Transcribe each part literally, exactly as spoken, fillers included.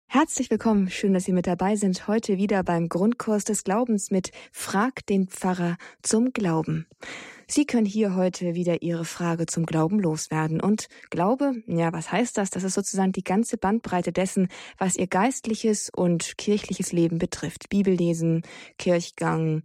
Herzlich willkommen, schön, dass Sie mit dabei sind. Heute wieder beim Grundkurs des Glaubens mit Frag den Pfarrer zum Glauben. Sie können hier heute wieder Ihre Frage zum Glauben loswerden. Und Glaube, ja, was heißt das? Das ist sozusagen die ganze Bandbreite dessen, was Ihr geistliches und kirchliches Leben betrifft. Bibellesen, Kirchgang,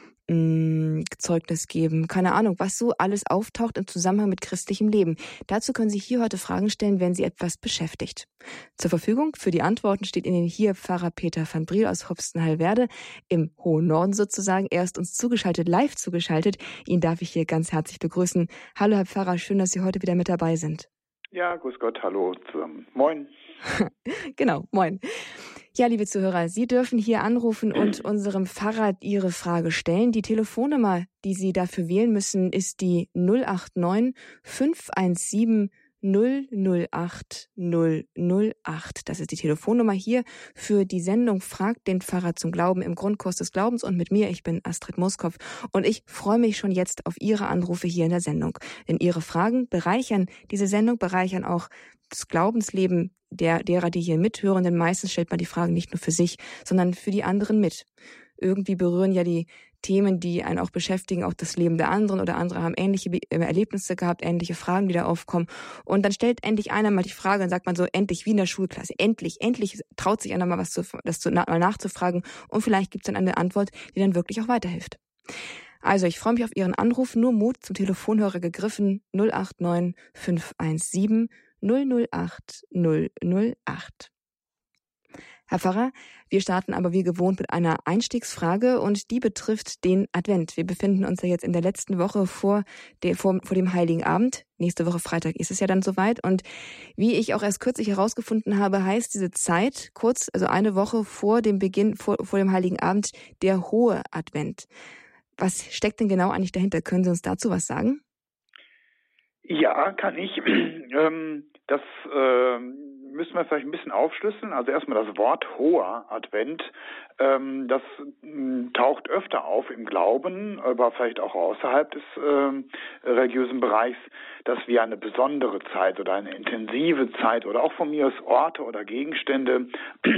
mh, Zeugnis geben, keine Ahnung, was so alles auftaucht im Zusammenhang mit christlichem Leben. Dazu können Sie hier heute Fragen stellen, wenn Sie etwas beschäftigt. Zur Verfügung für die Antworten steht Ihnen hier Pfarrer Peter van Briel aus Hopstenheil-Werden im hohen Norden sozusagen. Er ist uns zugeschaltet, live zugeschaltet. Ihn darf ich hier ganz herzlich begrüßen. Hallo Herr Pfarrer, schön, dass Sie heute wieder mit dabei sind. Ja, grüß Gott, hallo zusammen. Moin. Genau, moin. Ja, liebe Zuhörer, Sie dürfen hier anrufen und unserem Pfarrer Ihre Frage stellen. Die Telefonnummer, die Sie dafür wählen müssen, ist die null acht neun fünf eins sieben null null acht null null acht. Das ist die Telefonnummer hier für die Sendung Fragt den Pfarrer zum Glauben im Grundkurs des Glaubens. Und mit mir, ich bin Astrid Moskopf und ich freue mich schon jetzt auf Ihre Anrufe hier in der Sendung. Denn Ihre Fragen bereichern diese Sendung, bereichern auch das Glaubensleben der, derer, die hier mithören. Denn meistens stellt man die Fragen nicht nur für sich, sondern für die anderen mit. Irgendwie berühren ja die Themen, die einen auch beschäftigen, auch das Leben der anderen, oder andere haben ähnliche Erlebnisse gehabt, ähnliche Fragen, die da aufkommen. Und dann stellt endlich einer mal die Frage und sagt man so, endlich, wie in der Schulklasse, endlich, endlich traut sich einer mal was zu, das zu, mal nachzufragen, und vielleicht gibt es dann eine Antwort, die dann wirklich auch weiterhilft. Also ich freue mich auf Ihren Anruf, nur Mut, zum Telefonhörer gegriffen, null acht neun fünf eins sieben null null acht null null acht. Herr Pfarrer, wir starten aber wie gewohnt mit einer Einstiegsfrage, und die betrifft den Advent. Wir befinden uns ja jetzt in der letzten Woche vor, der, vor, vor dem Heiligen Abend. Nächste Woche Freitag ist es ja dann soweit. Und wie ich auch erst kürzlich herausgefunden habe, heißt diese Zeit kurz, also eine Woche vor dem Beginn, vor, vor dem Heiligen Abend, der hohe Advent. Was steckt denn genau eigentlich dahinter? Können Sie uns dazu was sagen? Ja, kann ich. ähm, das äh, müssen wir vielleicht ein bisschen aufschlüsseln. Also erstmal das Wort hoher Advent, ähm, das m, taucht öfter auf im Glauben, aber vielleicht auch außerhalb des äh, religiösen Bereichs, dass wir eine besondere Zeit oder eine intensive Zeit oder auch von mir aus Orte oder Gegenstände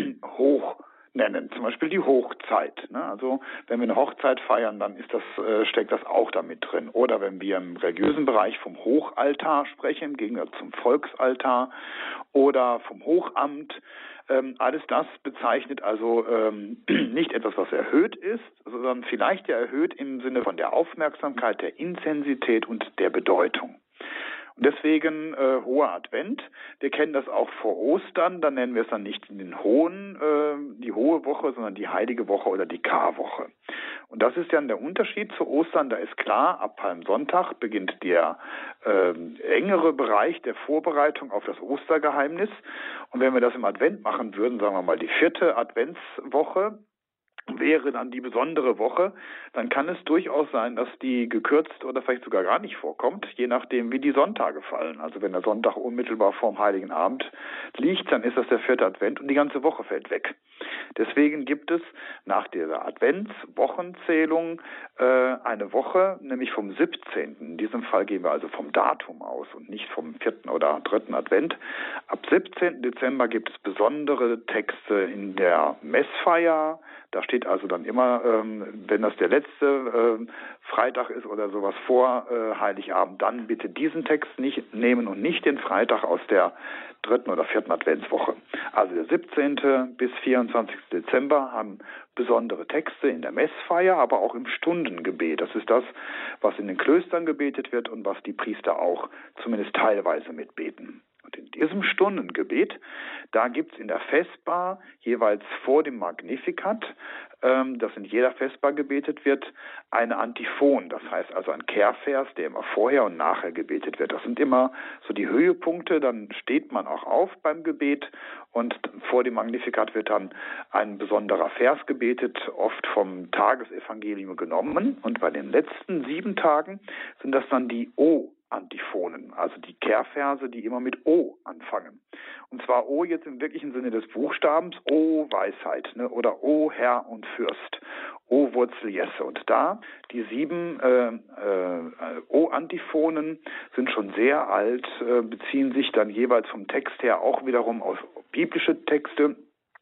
hoch nennen, zum Beispiel die Hochzeit. Ne? Also wenn wir eine Hochzeit feiern, dann ist das, äh, steckt das auch damit drin. Oder wenn wir im religiösen Bereich vom Hochaltar sprechen, im Gegensatz zum Volksaltar, oder vom Hochamt. Ähm, alles das bezeichnet also ähm, nicht etwas, was erhöht ist, sondern vielleicht ja erhöht im Sinne von der Aufmerksamkeit, der Intensität und der Bedeutung. Und deswegen äh, hoher Advent. Wir kennen das auch vor Ostern, dann nennen wir es dann nicht den hohen, äh, die hohe Woche, sondern die heilige Woche oder die Karwoche. Und das ist ja der Unterschied zu Ostern. Da ist klar, ab Palmsonntag beginnt der äh, engere Bereich der Vorbereitung auf das Ostergeheimnis. Und wenn wir das im Advent machen würden, sagen wir mal die vierte Adventswoche, wäre dann die besondere Woche, dann kann es durchaus sein, dass die gekürzt oder vielleicht sogar gar nicht vorkommt, je nachdem, wie die Sonntage fallen. Also wenn der Sonntag unmittelbar vorm Heiligen Abend liegt, dann ist das der vierte Advent und die ganze Woche fällt weg. Deswegen gibt es nach dieser Adventswochenzählung äh, eine Woche, nämlich vom siebzehnten In diesem Fall gehen wir also vom Datum aus und nicht vom vierten oder dritten Advent. Ab siebzehnten Dezember gibt es besondere Texte in der Messfeier. Da steht also dann immer, ähm, wenn das der letzte äh, Freitag ist oder sowas vor äh, Heiligabend, dann bitte diesen Text nicht nehmen und nicht den Freitag aus der dritten oder vierten Adventswoche. Also der siebzehnten bis vierundzwanzigsten Dezember haben besondere Texte in der Messfeier, aber auch im Stundengebet. Das ist das, was in den Klöstern gebetet wird und was die Priester auch zumindest teilweise mitbeten. Und in diesem Stundengebet, da gibt es in der Vesper jeweils vor dem Magnificat, ähm, das in jeder Vesper gebetet wird, eine Antiphon, das heißt also ein Kehrvers, der immer vorher und nachher gebetet wird. Das sind immer so die Höhepunkte, dann steht man auch auf beim Gebet und vor dem Magnificat wird dann ein besonderer Vers gebetet, oft vom Tagesevangelium genommen, und bei den letzten sieben Tagen sind das dann die O Antiphonen, also die Kehrverse, die immer mit O anfangen. Und zwar O jetzt im wirklichen Sinne des Buchstabens, O Weisheit, ne? Oder O Herr und Fürst, O Wurzel Jesse. Und da, die sieben äh, äh, O-Antiphonen sind schon sehr alt, äh, beziehen sich dann jeweils vom Text her auch wiederum auf biblische Texte.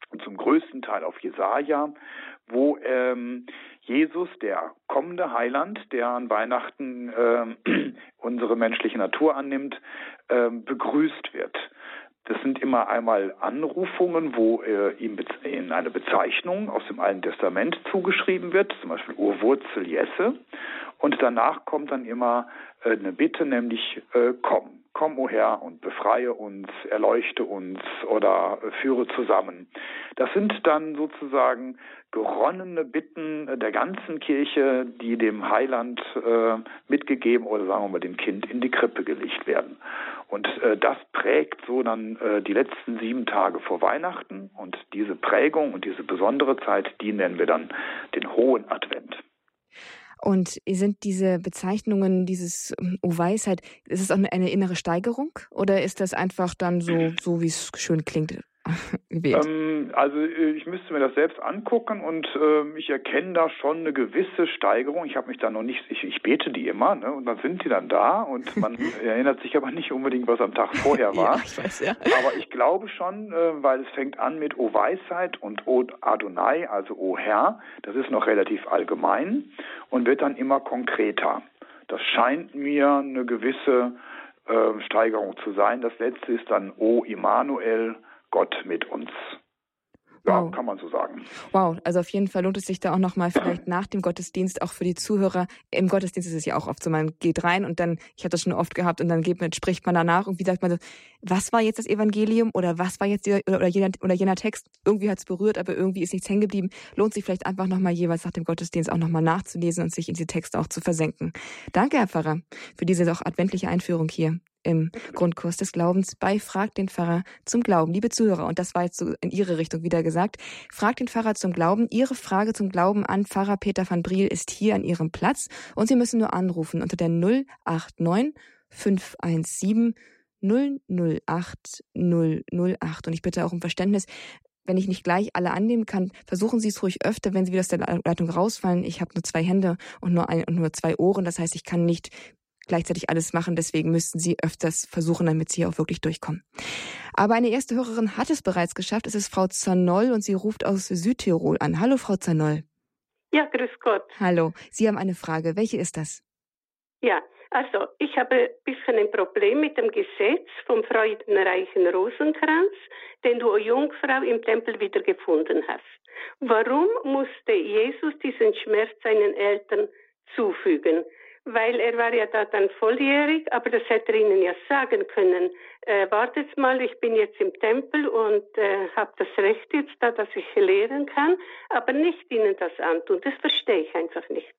größten Teil auf Jesaja, wo ähm, Jesus, der kommende Heiland, der an Weihnachten äh, unsere menschliche Natur annimmt, äh, begrüßt wird. Das sind immer einmal Anrufungen, wo äh, ihm in eine Bezeichnung aus dem Alten Testament zugeschrieben wird, zum Beispiel Urwurzel Jesse. Und danach kommt dann immer äh, eine Bitte, nämlich äh, komm. Komm, o Herr, und befreie uns, erleuchte uns oder äh, führe zusammen. Das sind dann sozusagen geronnene Bitten der ganzen Kirche, die dem Heiland äh, mitgegeben oder sagen wir mal dem Kind in die Krippe gelegt werden. Und äh, das prägt so dann äh, die letzten sieben Tage vor Weihnachten. Und diese Prägung und diese besondere Zeit, die nennen wir dann den Hohen Advent. Und sind diese Bezeichnungen, dieses O Weisheit, ist es auch eine, eine innere Steigerung oder ist das einfach dann so, so wie es schön klingt? Ähm, also ich müsste mir das selbst angucken und äh, ich erkenne da schon eine gewisse Steigerung. Ich habe mich da noch nicht, ich, ich bete die immer, ne, und dann sind die dann da und man erinnert sich aber nicht unbedingt, was am Tag vorher war. Ja, ich weiß, ja. Aber ich glaube schon, äh, weil es fängt an mit O Weisheit und O Adonai, also O Herr. Das ist noch relativ allgemein und wird dann immer konkreter. Das scheint mir eine gewisse äh, Steigerung zu sein. Das letzte ist dann O Immanuel, Gott mit uns. Ja, wow. Kann man so sagen. Wow, also auf jeden Fall lohnt es sich da auch nochmal vielleicht nach dem Gottesdienst auch für die Zuhörer. Im Gottesdienst ist es ja auch oft so, man geht rein und dann, ich habe das schon oft gehabt und dann geht man, spricht man danach und wie sagt man so, was war jetzt das Evangelium oder was war jetzt oder, oder, jener, oder jener Text? Irgendwie hat es berührt, aber irgendwie ist nichts hängen geblieben. Lohnt sich vielleicht einfach nochmal jeweils nach dem Gottesdienst auch nochmal nachzulesen und sich in die Texte auch zu versenken. Danke, Herr Pfarrer, für diese doch adventliche Einführung hier im Grundkurs des Glaubens bei Fragt den Pfarrer zum Glauben. Liebe Zuhörer, und das war jetzt so in Ihre Richtung wieder gesagt, Fragt den Pfarrer zum Glauben. Ihre Frage zum Glauben an Pfarrer Peter van Briel ist hier an Ihrem Platz und Sie müssen nur anrufen unter der null acht neun fünf eins sieben null null acht null null acht. Und ich bitte auch um Verständnis, wenn ich nicht gleich alle annehmen kann, versuchen Sie es ruhig öfter, wenn Sie wieder aus der Leitung rausfallen. Ich habe nur zwei Hände und nur, ein, und nur zwei Ohren, das heißt, ich kann nicht gleichzeitig alles machen, deswegen müssten Sie öfters versuchen, damit Sie auch wirklich durchkommen. Aber eine erste Hörerin hat es bereits geschafft. Es ist Frau Zernoll und sie ruft aus Südtirol an. Hallo, Frau Zernoll. Ja, grüß Gott. Hallo, Sie haben eine Frage. Welche ist das? Ja, also ich habe ein bisschen ein Problem mit dem Gesetz vom freudenreichen Rosenkranz, den du, o Jungfrau, im Tempel wiedergefunden hast. Warum musste Jesus diesen Schmerz seinen Eltern zufügen? Weil er war ja da dann volljährig, aber das hätte er ihnen ja sagen können. Äh, wartet mal, ich bin jetzt im Tempel und äh, habe das Recht jetzt da, dass ich lehren kann, aber nicht ihnen das antun. Das verstehe ich einfach nicht.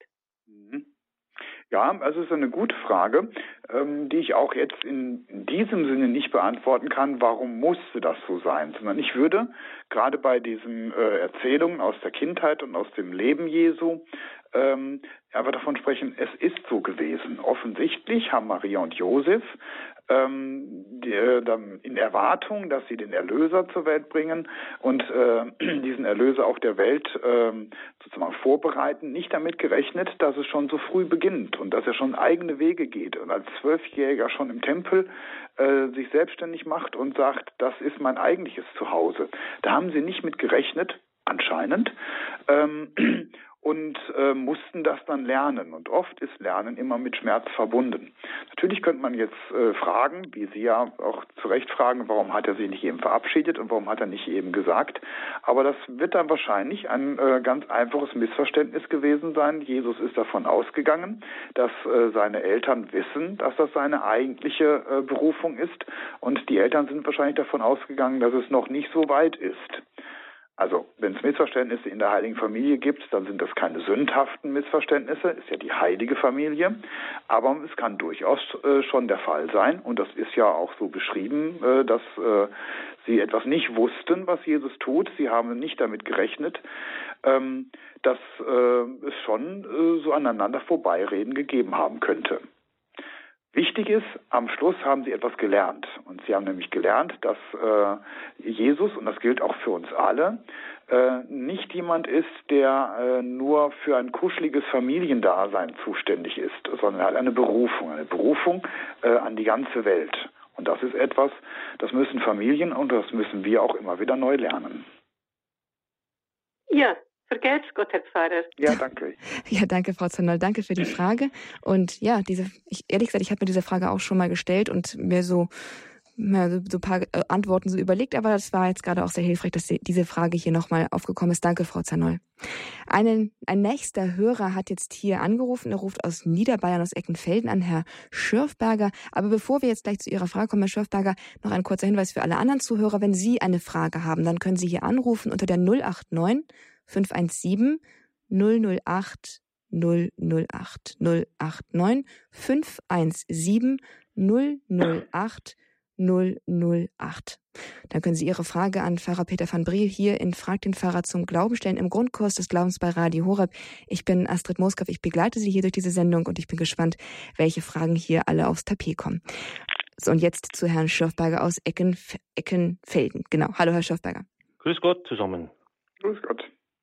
Ja, also es ist eine gute Frage, ähm, die ich auch jetzt in, in diesem Sinne nicht beantworten kann, warum musste das so sein, sondern ich würde gerade bei diesen äh, Erzählungen aus der Kindheit und aus dem Leben Jesu ähm, aber davon sprechen, es ist so gewesen. Offensichtlich haben Maria und Josef ähm, die, äh, in Erwartung, dass sie den Erlöser zur Welt bringen und äh, diesen Erlöser auch der Welt äh, sozusagen vorbereiten, nicht damit gerechnet, dass es schon so früh beginnt und dass er schon eigene Wege geht und als Zwölfjähriger schon im Tempel äh, sich selbstständig macht und sagt, das ist mein eigentliches Zuhause. Da haben sie nicht mit gerechnet, anscheinend. Ähm, und äh, mussten das dann lernen. Und oft ist Lernen immer mit Schmerz verbunden. Natürlich könnte man jetzt äh, fragen, wie Sie ja auch zu Recht fragen, warum hat er sich nicht eben verabschiedet und warum hat er nicht eben gesagt. Aber das wird dann wahrscheinlich ein äh, ganz einfaches Missverständnis gewesen sein. Jesus ist davon ausgegangen, dass äh, seine Eltern wissen, dass das seine eigentliche äh, Berufung ist. Und die Eltern sind wahrscheinlich davon ausgegangen, dass es noch nicht so weit ist. Also, wenn es Missverständnisse in der Heiligen Familie gibt, dann sind das keine sündhaften Missverständnisse, ist ja die heilige Familie, aber es kann durchaus äh, schon der Fall sein, und das ist ja auch so beschrieben, äh, dass äh, sie etwas nicht wussten, was Jesus tut, sie haben nicht damit gerechnet, ähm, dass äh, es schon äh, so aneinander Vorbeireden gegeben haben könnte. Wichtig ist, am Schluss haben sie etwas gelernt. Und sie haben nämlich gelernt, dass äh, Jesus, und das gilt auch für uns alle, äh, nicht jemand ist, der äh, nur für ein kuscheliges Familiendasein zuständig ist, sondern er hat eine Berufung, eine Berufung äh, an die ganze Welt. Und das ist etwas, das müssen Familien und das müssen wir auch immer wieder neu lernen. Ja, vergelt's Gott, Herr Pfarrer. Ja, danke. Ja, danke, Frau Zernoll. Danke für die Frage. Und ja, diese, ich, ehrlich gesagt, ich habe mir diese Frage auch schon mal gestellt und mir so, ja, so, so ein paar äh, Antworten so überlegt, aber das war jetzt gerade auch sehr hilfreich, dass die, diese Frage hier nochmal aufgekommen ist. Danke, Frau Zernoll. Einen, ein nächster Hörer hat jetzt hier angerufen. Er ruft aus Niederbayern, aus Eckenfelden an, Herr Schürfberger. Aber bevor wir jetzt gleich zu Ihrer Frage kommen, Herr Schürfberger, noch ein kurzer Hinweis für alle anderen Zuhörer. Wenn Sie eine Frage haben, dann können Sie hier anrufen unter der null acht neun fünf eins sieben null null acht null null acht null acht neun fünf eins sieben null null acht null null acht. Dann können Sie Ihre Frage an Pfarrer Peter van Briel hier in Frag den Pfarrer zum Glauben stellen im Grundkurs des Glaubens bei Radio Horeb. Ich bin Astrid Moskow, ich begleite Sie hier durch diese Sendung und ich bin gespannt, welche Fragen hier alle aufs Tapet kommen. So, und jetzt zu Herrn Schürfberger aus Eckenf- Eckenfelden. Genau. Hallo, Herr Schürfberger. Grüß Gott zusammen. Grüß Gott.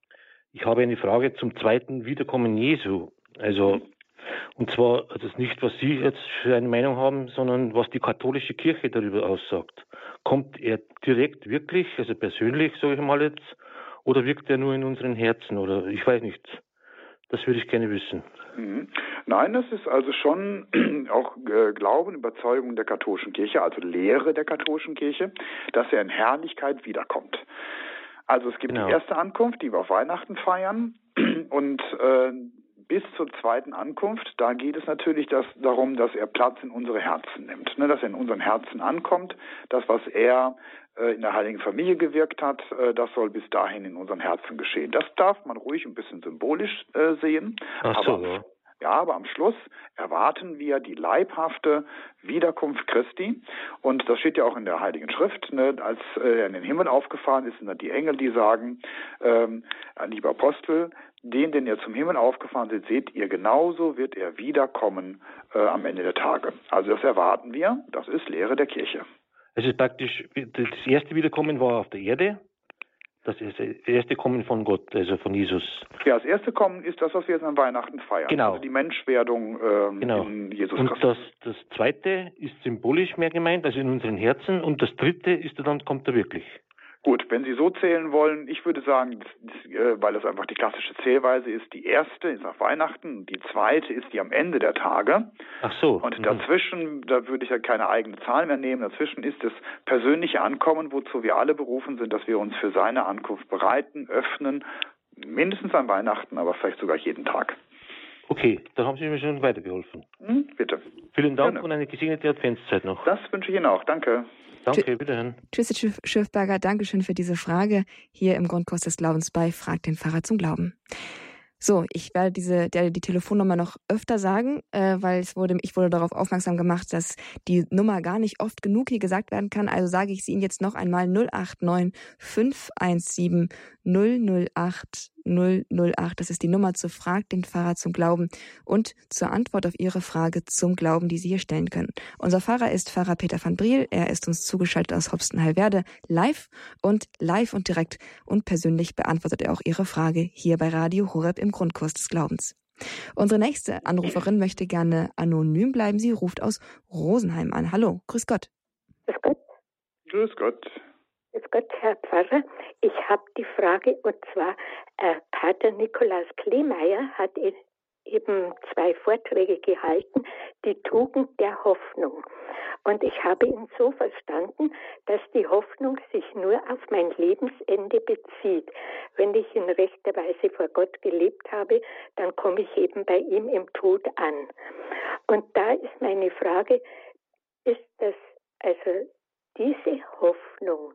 Ich habe eine Frage zum zweiten Wiederkommen Jesu. Also, und zwar, das ist nicht, was Sie jetzt für eine Meinung haben, sondern was die katholische Kirche darüber aussagt. Kommt er direkt wirklich, also persönlich, sage ich mal jetzt, oder wirkt er nur in unseren Herzen? Oder ich weiß nicht. Das würde ich gerne wissen. Mhm. Nein, das ist also schon auch äh, Glauben, Überzeugung der katholischen Kirche, also Lehre der katholischen Kirche, dass er in Herrlichkeit wiederkommt. Also es gibt genau. die erste Ankunft, die wir auf Weihnachten feiern, und äh, bis zur zweiten Ankunft, da geht es natürlich das, darum, dass er Platz in unsere Herzen nimmt, ne, dass er in unseren Herzen ankommt. Das, was er äh, in der Heiligen Familie gewirkt hat, äh, das soll bis dahin in unseren Herzen geschehen. Das darf man ruhig ein bisschen symbolisch äh, sehen. Ach so, aber, ja. Ja, aber am Schluss erwarten wir die leibhafte Wiederkunft Christi. Und das steht ja auch in der Heiligen Schrift, ne, als er in den Himmel aufgefahren ist, sind dann die Engel, die sagen, ähm, lieber Apostel, den, den ihr zum Himmel aufgefahren seid, seht ihr, genauso wird er wiederkommen äh, am Ende der Tage. Also das erwarten wir, das ist Lehre der Kirche. Es ist praktisch, das erste Wiederkommen war auf der Erde, das ist das erste Kommen von Gott, also von Jesus. Ja, das erste Kommen ist das, was wir jetzt an Weihnachten feiern. Genau. Also die Menschwerdung ähm, genau. in Jesus und Christus. Und das, das zweite ist symbolisch mehr gemeint, also in unseren Herzen, und das dritte ist dann, kommt er wirklich. Gut, wenn Sie so zählen wollen, ich würde sagen, das, das, äh, weil das einfach die klassische Zählweise ist, die erste ist nach Weihnachten, die zweite ist die am Ende der Tage. Ach so. Und mhm. dazwischen, da würde ich ja keine eigene Zahl mehr nehmen, dazwischen ist das persönliche Ankommen, wozu wir alle berufen sind, dass wir uns für seine Ankunft bereiten, öffnen, mindestens an Weihnachten, aber vielleicht sogar jeden Tag. Okay, dann haben Sie mir schon weitergeholfen. Hm, bitte. Vielen Dank. Gerne. Und eine gesegnete Adventszeit noch. Das wünsche ich Ihnen auch. Danke. Danke, wiederhören. Tschüss, Herr Schürfberger. Dankeschön für diese Frage hier im Grundkurs des Glaubens bei Frag den Pfarrer zum Glauben. So, ich werde diese, der, die Telefonnummer noch öfter sagen, äh, weil es wurde, ich wurde darauf aufmerksam gemacht, dass die Nummer gar nicht oft genug hier gesagt werden kann. Also sage ich sie Ihnen jetzt noch einmal: null acht neun fünf eins sieben null null acht null null acht. Das ist die Nummer zu Frag den Pfarrer zum Glauben und zur Antwort auf Ihre Frage zum Glauben, die Sie hier stellen können. Unser Pfarrer ist Pfarrer Peter van Briel. Er ist uns zugeschaltet aus Hopsten-Hallwerde live und live und direkt und persönlich beantwortet er auch Ihre Frage hier bei Radio Horeb im Grundkurs des Glaubens. Unsere nächste Anruferin möchte gerne anonym bleiben. Sie ruft aus Rosenheim an. Hallo, grüß Gott. Grüß Gott. Grüß Gott. Grüß Gott, Herr Pfarrer. Ich habe die Frage, und zwar, äh, Pater Nikolaus Kleemeyer hat eben zwei Vorträge gehalten, die Tugend der Hoffnung. Und ich habe ihn so verstanden, dass die Hoffnung sich nur auf mein Lebensende bezieht. Wenn ich in rechter Weise vor Gott gelebt habe, dann komme ich eben bei ihm im Tod an. Und da ist meine Frage, ist das, also diese Hoffnung,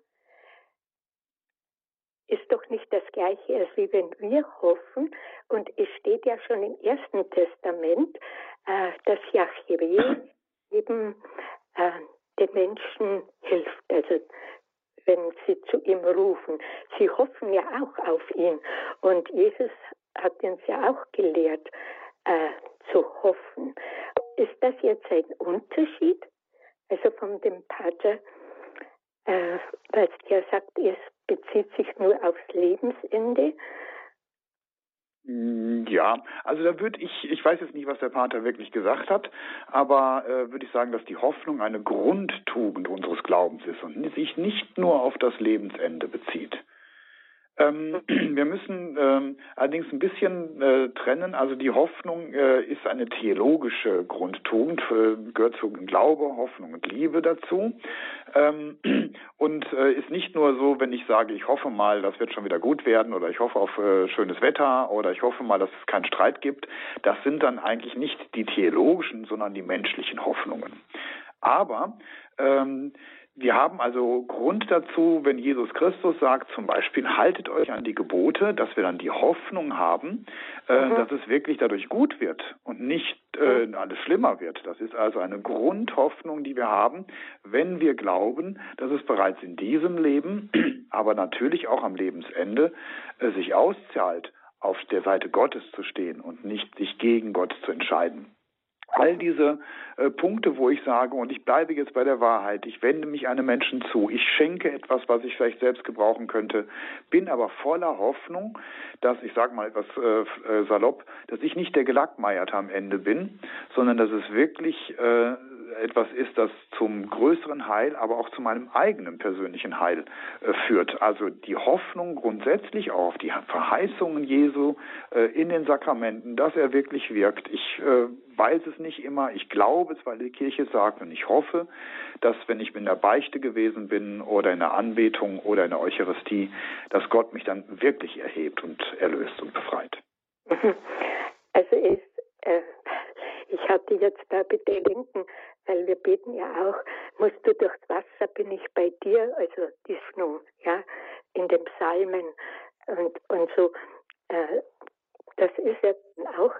ist doch nicht das Gleiche, als wie wenn wir hoffen, und es steht ja schon im Ersten Testament, äh, dass Jahwe eben äh, den Menschen hilft, also wenn sie zu ihm rufen. Sie hoffen ja auch auf ihn, und Jesus hat uns ja auch gelehrt, äh, zu hoffen. Ist das jetzt ein Unterschied? Also von dem Pater, äh, weil er sagt, es bezieht sich nur aufs Lebensende? Ja, also da würde ich, ich weiß jetzt nicht, was der Pater wirklich gesagt hat, aber äh, würde ich sagen, dass die Hoffnung eine Grundtugend unseres Glaubens ist und sich nicht nur auf das Lebensende bezieht. Ähm, wir müssen ähm, allerdings ein bisschen äh, trennen. Also die Hoffnung äh, ist eine theologische Grundtugend, äh, gehört zu Glaube, Hoffnung und Liebe dazu. Ähm, und äh, ist nicht nur so, wenn ich sage, ich hoffe mal, das wird schon wieder gut werden, oder ich hoffe auf äh, schönes Wetter, oder ich hoffe mal, dass es keinen Streit gibt. Das sind dann eigentlich nicht die theologischen, sondern die menschlichen Hoffnungen. Aber ähm, wir haben also Grund dazu, wenn Jesus Christus sagt, zum Beispiel, haltet euch an die Gebote, dass wir dann die Hoffnung haben, äh, mhm. dass es wirklich dadurch gut wird und nicht äh, alles schlimmer wird. Das ist also eine Grundhoffnung, die wir haben, wenn wir glauben, dass es bereits in diesem Leben, aber natürlich auch am Lebensende, äh, sich auszahlt, auf der Seite Gottes zu stehen und nicht sich gegen Gott zu entscheiden. All diese äh, Punkte, wo ich sage, und ich bleibe jetzt bei der Wahrheit, ich wende mich einem Menschen zu, ich schenke etwas, was ich vielleicht selbst gebrauchen könnte, bin aber voller Hoffnung, dass, ich sage mal etwas äh, salopp, dass ich nicht der Gelackmeierte am Ende bin, sondern dass es wirklich äh, etwas ist, das zum größeren Heil, aber auch zu meinem eigenen persönlichen Heil äh, führt. Also die Hoffnung grundsätzlich auch auf die Verheißungen Jesu äh, in den Sakramenten, dass er wirklich wirkt. Ich äh, weiß es nicht immer, ich glaube es, weil die Kirche sagt, und ich hoffe, dass wenn ich in der Beichte gewesen bin oder in der Anbetung oder in der Eucharistie, dass Gott mich dann wirklich erhebt und erlöst und befreit. Also ist, äh, ich hatte jetzt da Bedenken, weil wir beten ja auch, musst du durchs Wasser, bin ich bei dir, also die Schnur, ja, in den Psalmen und, und so. Äh, das ist ja auch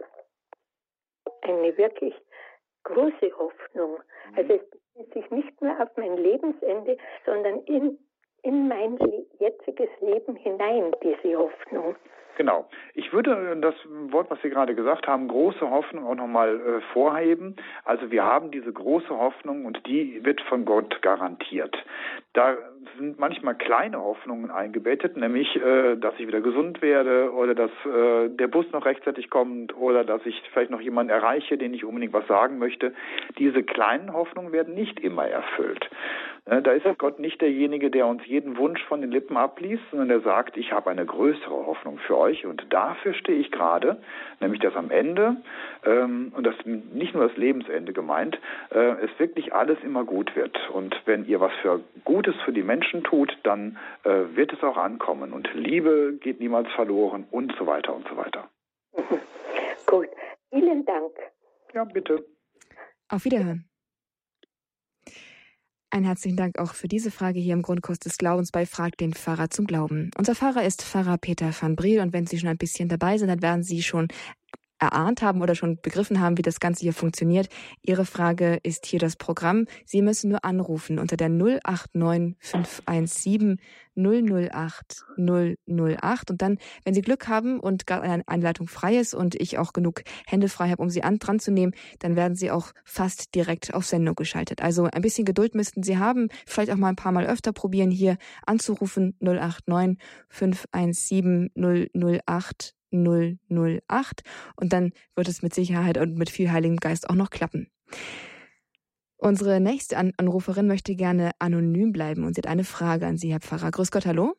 eine wirklich große Hoffnung. Also es bezieht sich nicht nur auf mein Lebensende, sondern in, in mein jetziges Leben hinein, diese Hoffnung. Genau. Ich würde das Wort, was Sie gerade gesagt haben, große Hoffnung auch nochmal äh, vorheben. Also wir haben diese große Hoffnung und die wird von Gott garantiert. Da sind manchmal kleine Hoffnungen eingebettet, nämlich, äh, dass ich wieder gesund werde oder dass äh, der Bus noch rechtzeitig kommt oder dass ich vielleicht noch jemanden erreiche, den ich unbedingt was sagen möchte. Diese kleinen Hoffnungen werden nicht immer erfüllt. Äh, da ist Gott nicht derjenige, der uns jeden Wunsch von den Lippen abliest, sondern der sagt, ich habe eine größere Hoffnung für euch. Und dafür stehe ich gerade, nämlich dass am Ende, ähm, und das ist nicht nur das Lebensende gemeint, äh, es wirklich alles immer gut wird. Und wenn ihr was für Gutes für die Menschen tut, dann äh, wird es auch ankommen. Und Liebe geht niemals verloren und so weiter und so weiter. Gut, vielen Dank. Ja, bitte. Auf Wiederhören. Einen herzlichen Dank auch für diese Frage hier im Grundkurs des Glaubens bei Frag den Pfarrer zum Glauben. Unser Pfarrer ist Pfarrer Peter van Briel und wenn Sie schon ein bisschen dabei sind, dann werden Sie schon erahnt haben oder schon begriffen haben, wie das Ganze hier funktioniert. Ihre Frage ist hier das Programm. Sie müssen nur anrufen unter der null acht neun fünf eins sieben null null acht null null acht und dann, wenn Sie Glück haben und gerade eine Einleitung frei ist und ich auch genug Hände frei habe, um Sie an, dran zu nehmen, dann werden Sie auch fast direkt auf Sendung geschaltet. Also ein bisschen Geduld müssten Sie haben, vielleicht auch mal ein paar Mal öfter probieren, hier anzurufen null acht neun fünf eins sieben null null acht null null acht und dann wird es mit Sicherheit und mit viel Heiligem Geist auch noch klappen. Unsere nächste An- Anruferin möchte gerne anonym bleiben und sie hat eine Frage an Sie, Herr Pfarrer. Grüß Gott, hallo?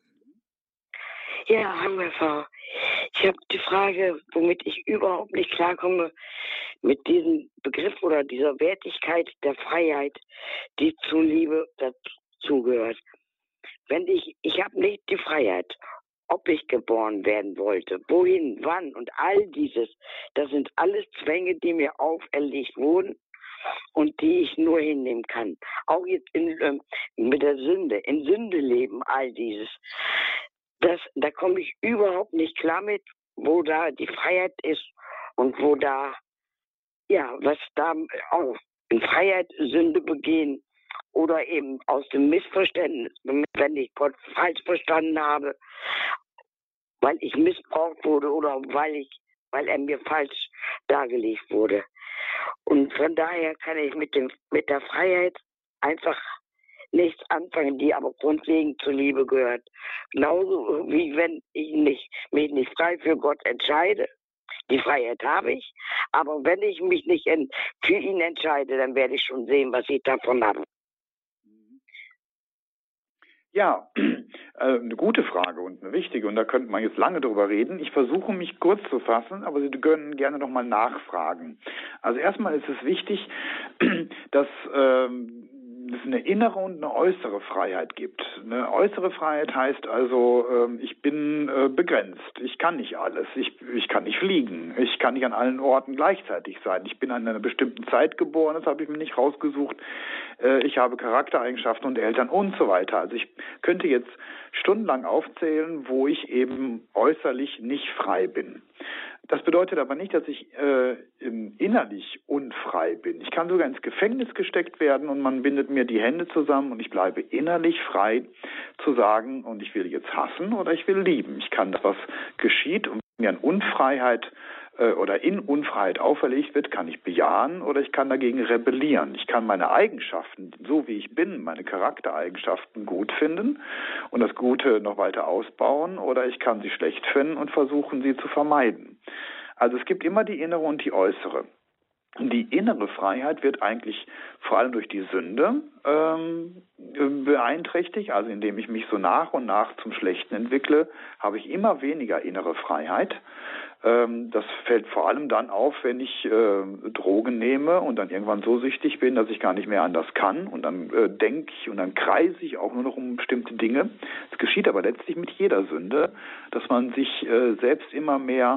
Ja, hallo, Herr Pfarrer. Ich habe die Frage, womit ich überhaupt nicht klarkomme, mit diesem Begriff oder dieser Wertigkeit der Freiheit, die zur Liebe dazugehört. Wenn ich, ich habe nicht die Freiheit, ob ich geboren werden wollte, wohin, wann und all dieses, das sind alles Zwänge, die mir auferlegt wurden und die ich nur hinnehmen kann. Auch jetzt in, ähm, mit der Sünde, in Sünde leben, all dieses. Das, da komme ich überhaupt nicht klar mit, wo da die Freiheit ist und wo da, ja, was da auch in Freiheit Sünde begehen oder eben aus dem Missverständnis, wenn ich Gott falsch verstanden habe, weil ich missbraucht wurde oder weil ich, weil er mir falsch dargelegt wurde. Und von daher kann ich mit dem, mit der Freiheit einfach nichts anfangen, die aber grundlegend zur Liebe gehört. Genauso wie wenn ich nicht, mich nicht frei für Gott entscheide. Die Freiheit habe ich, aber wenn ich mich nicht in, für ihn entscheide, dann werde ich schon sehen, was ich davon habe. Ja, äh, eine gute Frage und eine wichtige, und da könnte man jetzt lange drüber reden. Ich versuche, mich kurz zu fassen, aber Sie können gerne noch mal nachfragen. Also erstmal ist es wichtig, dass ähm, es eine innere und eine äußere Freiheit gibt. Eine äußere Freiheit heißt also, ähm, ich bin äh, begrenzt, ich kann nicht alles, ich, ich kann nicht fliegen, ich kann nicht an allen Orten gleichzeitig sein, ich bin an einer bestimmten Zeit geboren, das habe ich mir nicht rausgesucht, äh, ich habe Charaktereigenschaften und Eltern und so weiter. Also ich könnte jetzt stundenlang aufzählen, wo ich eben äußerlich nicht frei bin. Das bedeutet aber nicht, dass ich äh, innerlich unfrei bin. Ich kann sogar ins Gefängnis gesteckt werden und man bindet mir die Hände zusammen und ich bleibe innerlich frei zu sagen, und ich will jetzt hassen oder ich will lieben. Ich kann das, was geschieht und mir an Unfreiheit äh, oder in Unfreiheit auferlegt wird, kann ich bejahen oder ich kann dagegen rebellieren. Ich kann meine Eigenschaften, so wie ich bin, meine Charaktereigenschaften gut finden und das Gute noch weiter ausbauen, oder ich kann sie schlecht finden und versuchen, sie zu vermeiden. Also es gibt immer die innere und die äußere. Und die innere Freiheit wird eigentlich vor allem durch die Sünde ähm, beeinträchtigt. Also indem ich mich so nach und nach zum Schlechten entwickle, habe ich immer weniger innere Freiheit. Ähm, das fällt vor allem dann auf, wenn ich äh, Drogen nehme und dann irgendwann so süchtig bin, dass ich gar nicht mehr anders kann. Und dann äh, denke ich und dann kreise ich auch nur noch um bestimmte Dinge. Es geschieht aber letztlich mit jeder Sünde, dass man sich äh, selbst immer mehr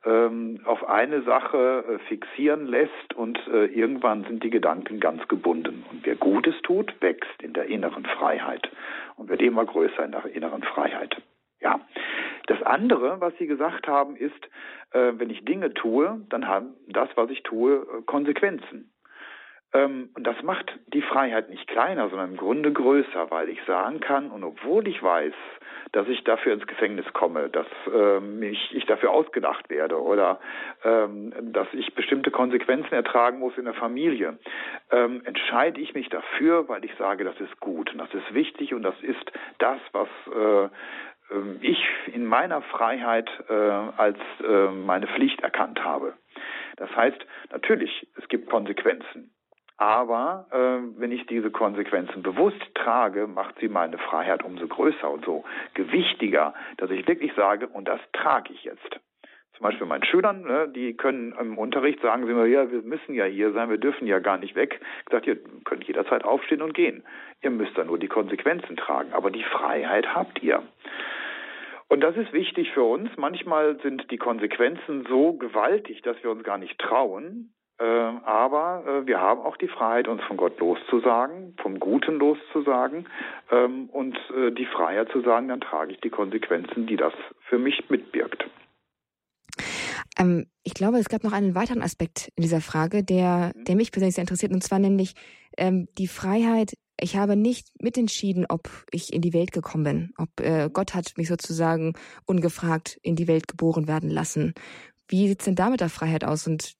auf eine Sache äh, fixieren lässt und äh, irgendwann sind die Gedanken ganz gebunden. Und wer Gutes tut, wächst in der inneren Freiheit und wird immer größer in der inneren Freiheit. Ja. Das andere, was Sie gesagt haben, ist, äh, wenn ich Dinge tue, dann haben das, was ich tue, Konsequenzen. Ähm, und das macht die Freiheit nicht kleiner, sondern im Grunde größer, weil ich sagen kann, und obwohl ich weiß, dass ich dafür ins Gefängnis komme, dass ähm, ich, ich dafür ausgedacht werde oder ähm, dass ich bestimmte Konsequenzen ertragen muss in der Familie, ähm, entscheide ich mich dafür, weil ich sage, das ist gut und das ist wichtig und das ist das, was äh, ich in meiner Freiheit äh, als äh, meine Pflicht erkannt habe. Das heißt, natürlich, es gibt Konsequenzen. Aber äh, wenn ich diese Konsequenzen bewusst trage, macht sie meine Freiheit umso größer und so gewichtiger, dass ich wirklich sage, und das trage ich jetzt. Zum Beispiel meinen Schülern, ne, die können im Unterricht sagen sie mir, ja, wir müssen ja hier sein, wir dürfen ja gar nicht weg. Ich gesagt, ihr könnt jederzeit aufstehen und gehen. Ihr müsst dann nur die Konsequenzen tragen, aber die Freiheit habt ihr. Und das ist wichtig für uns. Manchmal sind die Konsequenzen so gewaltig, dass wir uns gar nicht trauen. Äh, aber äh, wir haben auch die Freiheit, uns von Gott loszusagen, vom Guten loszusagen ähm, und äh, die Freiheit zu sagen, dann trage ich die Konsequenzen, die das für mich mitbirgt. Ähm, ich glaube, es gab noch einen weiteren Aspekt in dieser Frage, der, der mich persönlich sehr interessiert, und zwar nämlich ähm, die Freiheit. Ich habe nicht mitentschieden, ob ich in die Welt gekommen bin, ob äh, Gott hat mich sozusagen ungefragt in die Welt geboren werden lassen. Wie sieht es denn da mit der Freiheit aus? Und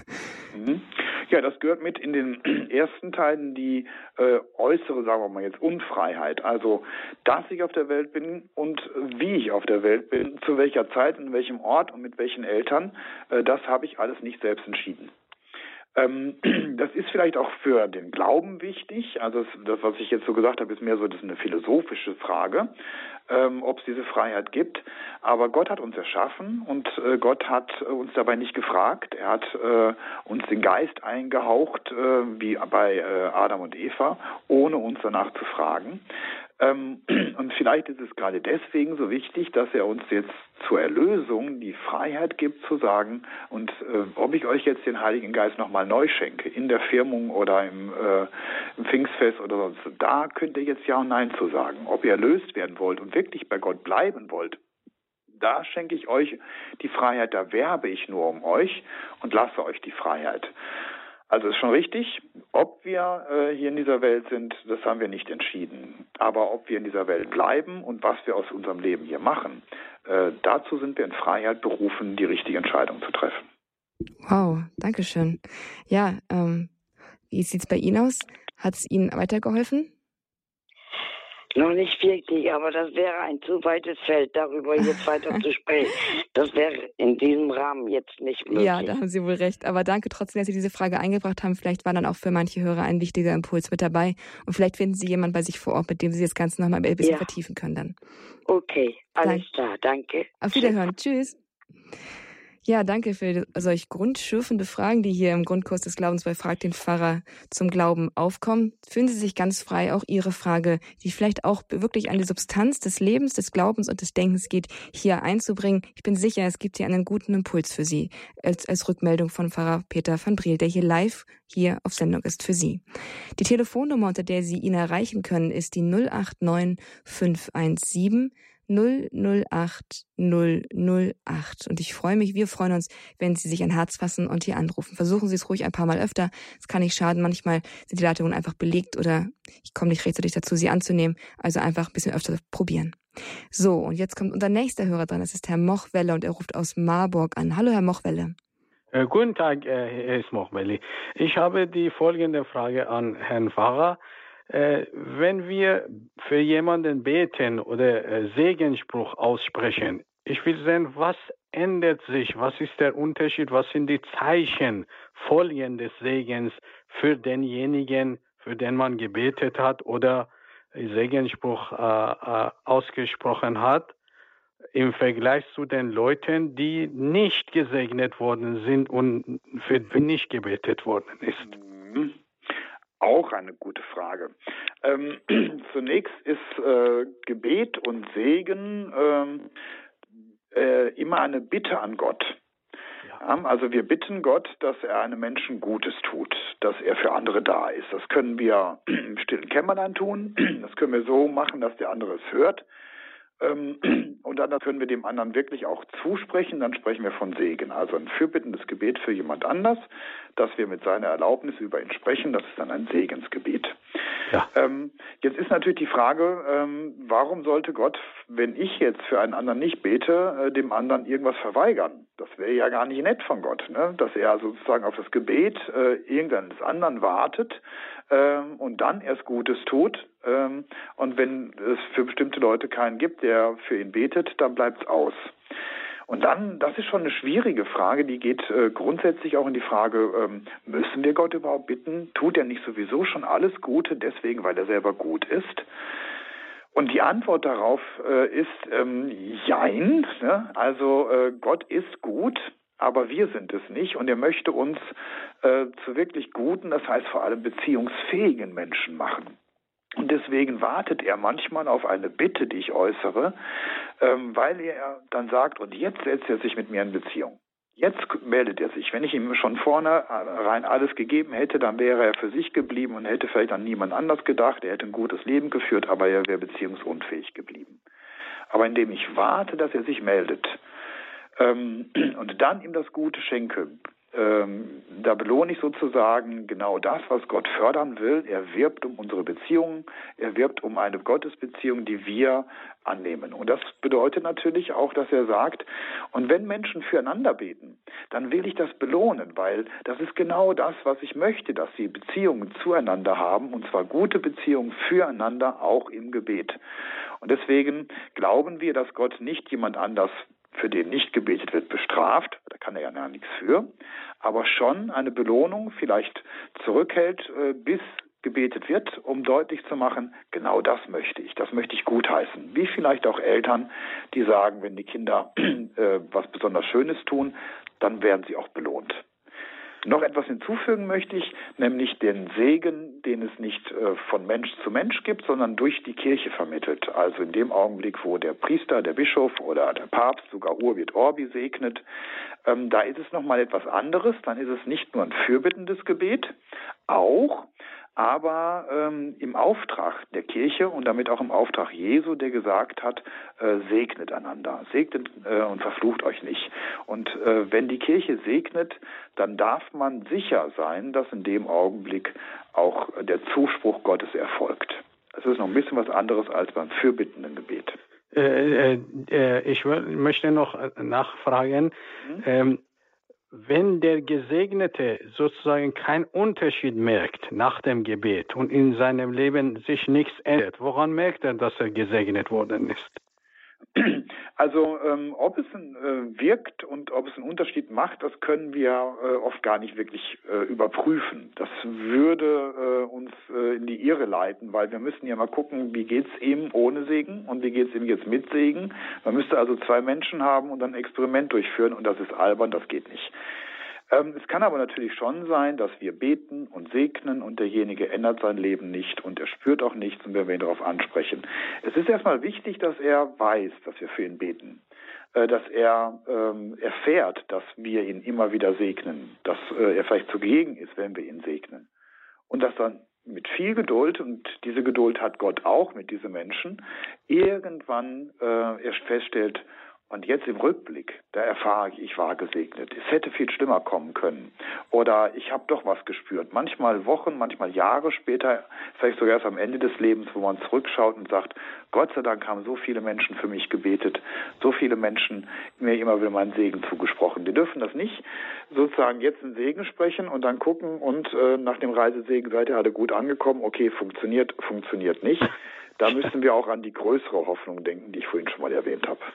ja, das gehört mit in den ersten Teilen, die äh, äußere, sagen wir mal jetzt, Unfreiheit. Also, dass ich auf der Welt bin und wie ich auf der Welt bin, zu welcher Zeit, in welchem Ort und mit welchen Eltern, äh, das habe ich alles nicht selbst entschieden. Ähm, das ist vielleicht auch für den Glauben wichtig. Also das, was ich jetzt so gesagt habe, ist mehr so, das ist eine philosophische Frage, ähm, ob es diese Freiheit gibt. Aber Gott hat uns erschaffen und äh, Gott hat uns dabei nicht gefragt. Er hat äh, uns den Geist eingehaucht, äh, wie bei äh, Adam und Eva, ohne uns danach zu fragen. Ähm, und vielleicht ist es gerade deswegen so wichtig, dass er uns jetzt zur Erlösung die Freiheit gibt zu sagen, und äh, ob ich euch jetzt den Heiligen Geist nochmal neu schenke, in der Firmung oder im, äh, im Pfingstfest oder sonst, da könnt ihr jetzt Ja und Nein zu sagen. Ob ihr erlöst werden wollt und wirklich bei Gott bleiben wollt, da schenke ich euch die Freiheit, da werbe ich nur um euch und lasse euch die Freiheit. Also ist schon richtig, ob wir äh, hier in dieser Welt sind, das haben wir nicht entschieden. Aber ob wir in dieser Welt bleiben und was wir aus unserem Leben hier machen, äh, dazu sind wir in Freiheit berufen, die richtige Entscheidung zu treffen. Wow, danke schön. Ja, ähm, wie sieht es bei Ihnen aus? Hat es Ihnen weitergeholfen? Noch nicht wirklich, aber das wäre ein zu weites Feld, darüber jetzt weiter zu sprechen. Das wäre in diesem Rahmen jetzt nicht möglich. Ja, da haben Sie wohl recht. Aber danke trotzdem, dass Sie diese Frage eingebracht haben. Vielleicht war dann auch für manche Hörer ein wichtiger Impuls mit dabei. Und vielleicht finden Sie jemanden bei sich vor Ort, mit dem Sie das Ganze noch mal ein bisschen ja. vertiefen können dann. Okay, alles klar, danke. Auf Wiederhören, tschüss. Ja, danke für solch grundschürfende Fragen, die hier im Grundkurs des Glaubens bei Frag den Pfarrer zum Glauben aufkommen. Fühlen Sie sich ganz frei, auch Ihre Frage, die vielleicht auch wirklich an die Substanz des Lebens, des Glaubens und des Denkens geht, hier einzubringen. Ich bin sicher, es gibt hier einen guten Impuls für Sie als, als Rückmeldung von Pfarrer Peter van Briel, der hier live hier auf Sendung ist für Sie. Die Telefonnummer, unter der Sie ihn erreichen können, ist die null acht neun fünf eins sieben null null acht null null acht. Und ich freue mich, wir freuen uns, wenn Sie sich ein Herz fassen und hier anrufen. Versuchen Sie es ruhig ein paar Mal öfter. Es kann nicht schaden. Manchmal sind die Leitungen einfach belegt oder ich komme nicht rechtzeitig dazu, sie anzunehmen. Also einfach ein bisschen öfter probieren. So, und jetzt kommt unser nächster Hörer dran. Das ist Herr Mochwelle und er ruft aus Marburg an. Hallo, Herr Mochwelle. Äh, guten Tag, äh, Herr Mochwelle. Ich habe die folgende Frage an Herrn Pfarrer. Äh, wenn wir für jemanden beten oder äh, Segensspruch aussprechen, ich will sehen, was ändert sich, was ist der Unterschied, was sind die Zeichen, Folgen des Segens für denjenigen, für den man gebetet hat oder Segensspruch äh, äh, ausgesprochen hat, im Vergleich zu den Leuten, die nicht gesegnet worden sind und für die nicht gebetet worden ist. Mhm. Auch eine gute Frage. Ähm, zunächst ist äh, Gebet und Segen ähm, äh, immer eine Bitte an Gott. Ja. Also wir bitten Gott, dass er einem Menschen Gutes tut, dass er für andere da ist. Das können wir im stillen Kämmerlein tun, das können wir so machen, dass der andere es hört. Und dann können wir dem anderen wirklich auch zusprechen, dann sprechen wir von Segen. Also ein fürbittendes Gebet für jemand anders, dass wir mit seiner Erlaubnis über ihn sprechen, das ist dann ein Segensgebet. Ja. Ähm, jetzt ist natürlich die Frage, ähm, warum sollte Gott, wenn ich jetzt für einen anderen nicht bete, äh, dem anderen irgendwas verweigern? Das wäre ja gar nicht nett von Gott, ne? Dass er sozusagen auf das Gebet äh, irgendeines anderen wartet ähm, und dann erst Gutes tut. Ähm, und wenn es für bestimmte Leute keinen gibt, der für ihn betet, dann bleibt es aus. Und dann, das ist schon eine schwierige Frage, die geht äh, grundsätzlich auch in die Frage, ähm, müssen wir Gott überhaupt bitten? Tut er nicht sowieso schon alles Gute, deswegen, weil er selber gut ist? Und die Antwort darauf äh, ist ähm, jein, ne? Also äh, Gott ist gut, aber wir sind es nicht und er möchte uns äh, zu wirklich guten, das heißt vor allem beziehungsfähigen Menschen machen. Und deswegen wartet er manchmal auf eine Bitte, die ich äußere, ähm, weil er dann sagt, und jetzt setzt er sich mit mir in Beziehung. Jetzt meldet er sich. Wenn ich ihm schon vorne rein alles gegeben hätte, dann wäre er für sich geblieben und hätte vielleicht an niemand anders gedacht. Er hätte ein gutes Leben geführt, aber er wäre beziehungsunfähig geblieben. Aber indem ich warte, dass er sich meldet ähm, und dann ihm das Gute schenke, Ähm, da belohne ich sozusagen genau das, was Gott fördern will. Er wirbt um unsere Beziehungen, er wirbt um eine Gottesbeziehung, die wir annehmen. Und das bedeutet natürlich auch, dass er sagt, und wenn Menschen füreinander beten, dann will ich das belohnen, weil das ist genau das, was ich möchte, dass sie Beziehungen zueinander haben, und zwar gute Beziehungen füreinander, auch im Gebet. Und deswegen glauben wir, dass Gott nicht jemand anders, für den nicht gebetet wird, bestraft, da kann er ja gar nichts für, aber schon eine Belohnung vielleicht zurückhält, bis gebetet wird, um deutlich zu machen, genau das möchte ich, das möchte ich gutheißen. Wie vielleicht auch Eltern, die sagen, wenn die Kinder äh, was besonders Schönes tun, dann werden sie auch belohnt. Noch etwas hinzufügen möchte ich, nämlich den Segen, den es nicht äh, von Mensch zu Mensch gibt, sondern durch die Kirche vermittelt. Also in dem Augenblick, wo der Priester, der Bischof oder der Papst sogar Urbi Orbi segnet, ähm, da ist es nochmal etwas anderes. Dann ist es nicht nur ein fürbittendes Gebet, auch, aber ähm, im Auftrag der Kirche und damit auch im Auftrag Jesu, der gesagt hat, äh, segnet einander, segnet äh, und verflucht euch nicht. Und äh, wenn die Kirche segnet, dann darf man sicher sein, dass in dem Augenblick auch der Zuspruch Gottes erfolgt. Es ist noch ein bisschen was anderes als beim fürbittenden Gebet. Äh, äh, ich möchte noch nachfragen, mhm. ähm, wenn der Gesegnete sozusagen keinen Unterschied merkt nach dem Gebet und in seinem Leben sich nichts ändert, woran merkt er, dass er gesegnet worden ist? Also ähm, ob es äh, wirkt und ob es einen Unterschied macht, das können wir äh, oft gar nicht wirklich äh, überprüfen. Das würde äh, uns äh, in die Irre leiten, weil wir müssen ja mal gucken, wie geht's ihm ohne Segen und wie geht's ihm jetzt mit Segen. Man müsste also zwei Menschen haben und dann ein Experiment durchführen und das ist albern, das geht nicht. Ähm, es kann aber natürlich schon sein, dass wir beten und segnen und derjenige ändert sein Leben nicht und er spürt auch nichts und wir werden ihn darauf ansprechen. Es ist erstmal wichtig, dass er weiß, dass wir für ihn beten, äh, dass er ähm, erfährt, dass wir ihn immer wieder segnen, dass äh, er vielleicht zugegen ist, wenn wir ihn segnen und dass dann mit viel Geduld, und diese Geduld hat Gott auch mit diesen Menschen, irgendwann äh, er feststellt, und jetzt im Rückblick, da erfahre ich, ich war gesegnet. Es hätte viel schlimmer kommen können. Oder ich habe doch was gespürt. Manchmal Wochen, manchmal Jahre später, vielleicht sogar erst am Ende des Lebens, wo man zurückschaut und sagt, Gott sei Dank haben so viele Menschen für mich gebetet, so viele Menschen mir immer wieder meinen Segen zugesprochen. Wir dürfen das nicht sozusagen jetzt in Segen sprechen und dann gucken und äh, nach dem Reisesegen seid ihr alle gut angekommen. Okay, funktioniert, funktioniert nicht. Da müssen wir auch an die größere Hoffnung denken, die ich vorhin schon mal erwähnt habe.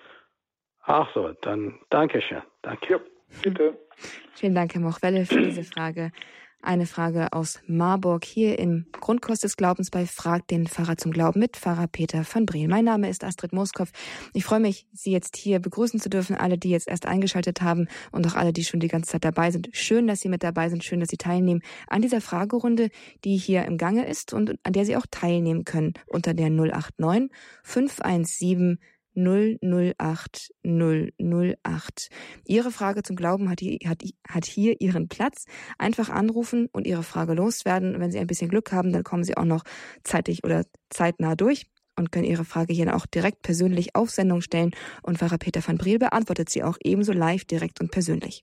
Ach so, dann danke schön. Danke. Ja, bitte. Vielen Dank, Herr Mochwelle, für diese Frage. Eine Frage aus Marburg hier im Grundkurs des Glaubens bei Frag den Pfarrer zum Glauben mit Pfarrer Peter van Briel. Mein Name ist Astrid Moskopf. Ich freue mich, Sie jetzt hier begrüßen zu dürfen, alle, die jetzt erst eingeschaltet haben und auch alle, die schon die ganze Zeit dabei sind. Schön, dass Sie mit dabei sind, schön, dass Sie teilnehmen an dieser Fragerunde, die hier im Gange ist und an der Sie auch teilnehmen können unter der null acht neun fünf eins sieben null null acht null null acht. Ihre Frage zum Glauben hat hier, hat, hat hier Ihren Platz. Einfach anrufen und Ihre Frage loswerden. Wenn Sie ein bisschen Glück haben, dann kommen Sie auch noch zeitig oder zeitnah durch und können Ihre Frage hier auch direkt persönlich auf Sendung stellen. Und Pfarrer Peter van Briel beantwortet sie auch ebenso live, direkt und persönlich.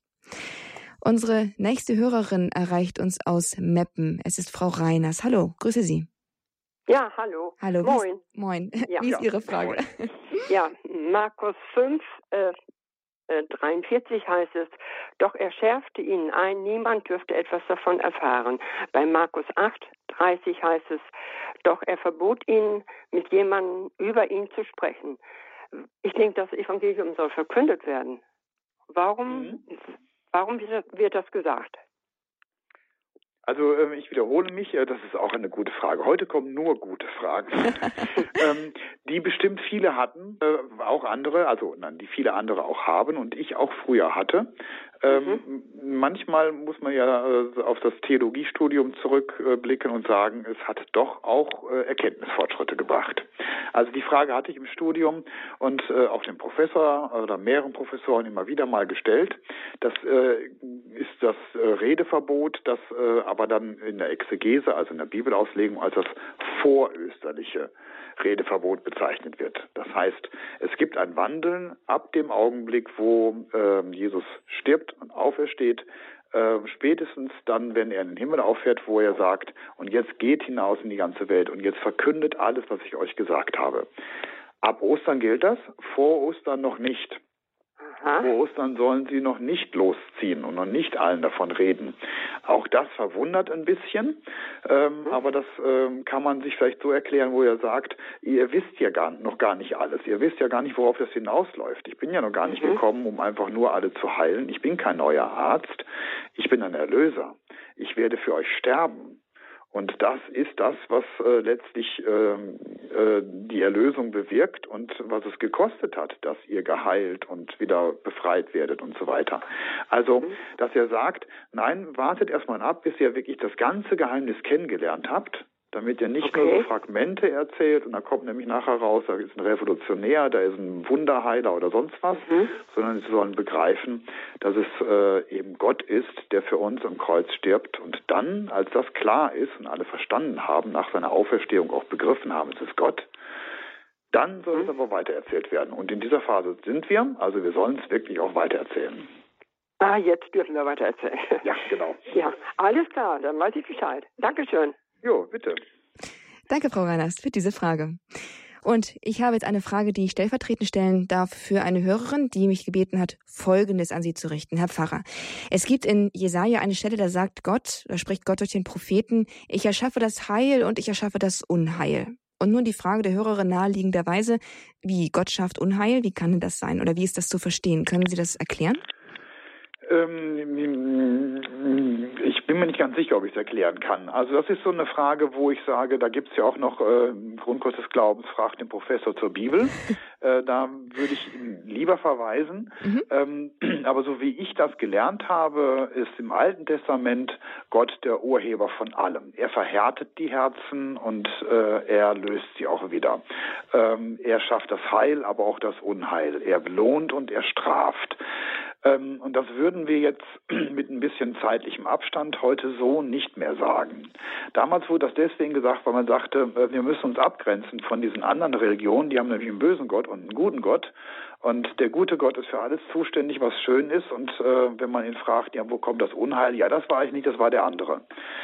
Unsere nächste Hörerin erreicht uns aus Meppen. Es ist Frau Reiners. Hallo, grüße Sie. Ja, hallo. Hallo. Moin. Ist, moin. Ja. Wie ist Ihre Frage? Ja, Markus fünf, äh, äh, dreiundvierzig heißt es, doch er schärfte ihnen ein, niemand dürfte etwas davon erfahren. Bei Markus acht, dreißig heißt es, doch er verbot ihnen, mit jemandem über ihn zu sprechen. Ich denke, das Evangelium soll verkündet werden. Warum, mhm. warum wird das gesagt? Also ähm, ich wiederhole mich, äh, das ist auch eine gute Frage. Heute kommen nur gute Fragen, ähm, die bestimmt viele hatten, äh, auch andere, also nein, die viele andere auch haben und ich auch früher hatte. Ähm, mhm. Manchmal muss man ja äh, auf das Theologiestudium zurückblicken äh, und sagen, es hat doch auch äh, Erkenntnisfortschritte gebracht. Also die Frage hatte ich im Studium und äh, auch dem Professor oder mehreren Professoren immer wieder mal gestellt. Das äh, ist das äh, Redeverbot, das äh, aber dann in der Exegese, also in der Bibelauslegung, als das vorösterliche Redeverbot bezeichnet wird. Das heißt, es gibt ein Wandeln ab dem Augenblick, wo äh, Jesus stirbt und aufersteht, äh, spätestens dann, wenn er in den Himmel auffährt, wo er sagt, und jetzt geht hinaus in die ganze Welt und jetzt verkündet alles, was ich euch gesagt habe. Ab Ostern gilt das, vor Ostern noch nicht. Vor Ostern sollen sie noch nicht losziehen und noch nicht allen davon reden. Auch das verwundert ein bisschen, ähm, aber das ähm, kann man sich vielleicht so erklären, wo er sagt, ihr wisst ja gar, noch gar nicht alles. Ihr wisst ja gar nicht, worauf das hinausläuft. Ich bin ja noch gar nicht gekommen, um einfach nur alle zu heilen. Ich bin kein neuer Arzt. Ich bin ein Erlöser. Ich werde für euch sterben. Und das ist das, was äh, letztlich äh, äh, die Erlösung bewirkt und was es gekostet hat, dass ihr geheilt und wieder befreit werdet und so weiter. Also, dass er sagt, nein, wartet erstmal ab, bis ihr wirklich das ganze Geheimnis kennengelernt habt, damit ihr nicht okay. nur so Fragmente erzählt und da kommt nämlich nachher raus, da ist ein Revolutionär, da ist ein Wunderheiler oder sonst was, mhm. sondern sie sollen begreifen, dass es äh, eben Gott ist, der für uns am Kreuz stirbt. Und dann, als das klar ist und alle verstanden haben, nach seiner Auferstehung auch begriffen haben, es ist Gott, dann soll mhm. es aber weitererzählt werden. Und in dieser Phase sind wir, also wir sollen es wirklich auch weitererzählen. Ah, jetzt dürfen wir weitererzählen. Ja, genau. Ja, alles klar, dann weiß ich Bescheid. Dankeschön. Jo, bitte. Danke, Frau Reiners, für diese Frage. Und ich habe jetzt eine Frage, die ich stellvertretend stellen darf für eine Hörerin, die mich gebeten hat, Folgendes an Sie zu richten, Herr Pfarrer. Es gibt in Jesaja eine Stelle, da sagt Gott, da spricht Gott durch den Propheten, ich erschaffe das Heil und ich erschaffe das Unheil. Und nun die Frage der Hörerin naheliegenderweise, wie Gott schafft Unheil, wie kann denn das sein oder wie ist das zu verstehen? Können Sie das erklären? Ich bin mir nicht ganz sicher, ob ich es erklären kann. Also das ist so eine Frage, wo ich sage, da gibt es ja auch noch äh, im Grundkurs des Glaubens, fragt den Professor zur Bibel. äh, da würde ich ihn lieber verweisen. Mhm. Ähm, aber so wie ich das gelernt habe, ist im Alten Testament Gott der Urheber von allem. Er verhärtet die Herzen und äh, er löst sie auch wieder. Ähm, er schafft das Heil, aber auch das Unheil. Er belohnt und er straft. Und das würden wir jetzt mit ein bisschen zeitlichem Abstand heute so nicht mehr sagen. Damals wurde das deswegen gesagt, weil man sagte, wir müssen uns abgrenzen von diesen anderen Religionen. Die haben nämlich einen bösen Gott und einen guten Gott. Und der gute Gott ist für alles zuständig, was schön ist. Und äh, wenn man ihn fragt, ja, wo kommt das Unheil? Ja, das war ich nicht, das war der andere.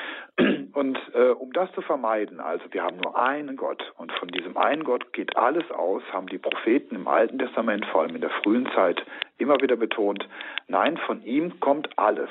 Und äh, um das zu vermeiden, also wir haben nur einen Gott und von diesem einen Gott geht alles aus, haben die Propheten im Alten Testament, vor allem in der frühen Zeit, immer wieder betont, nein, von ihm kommt alles.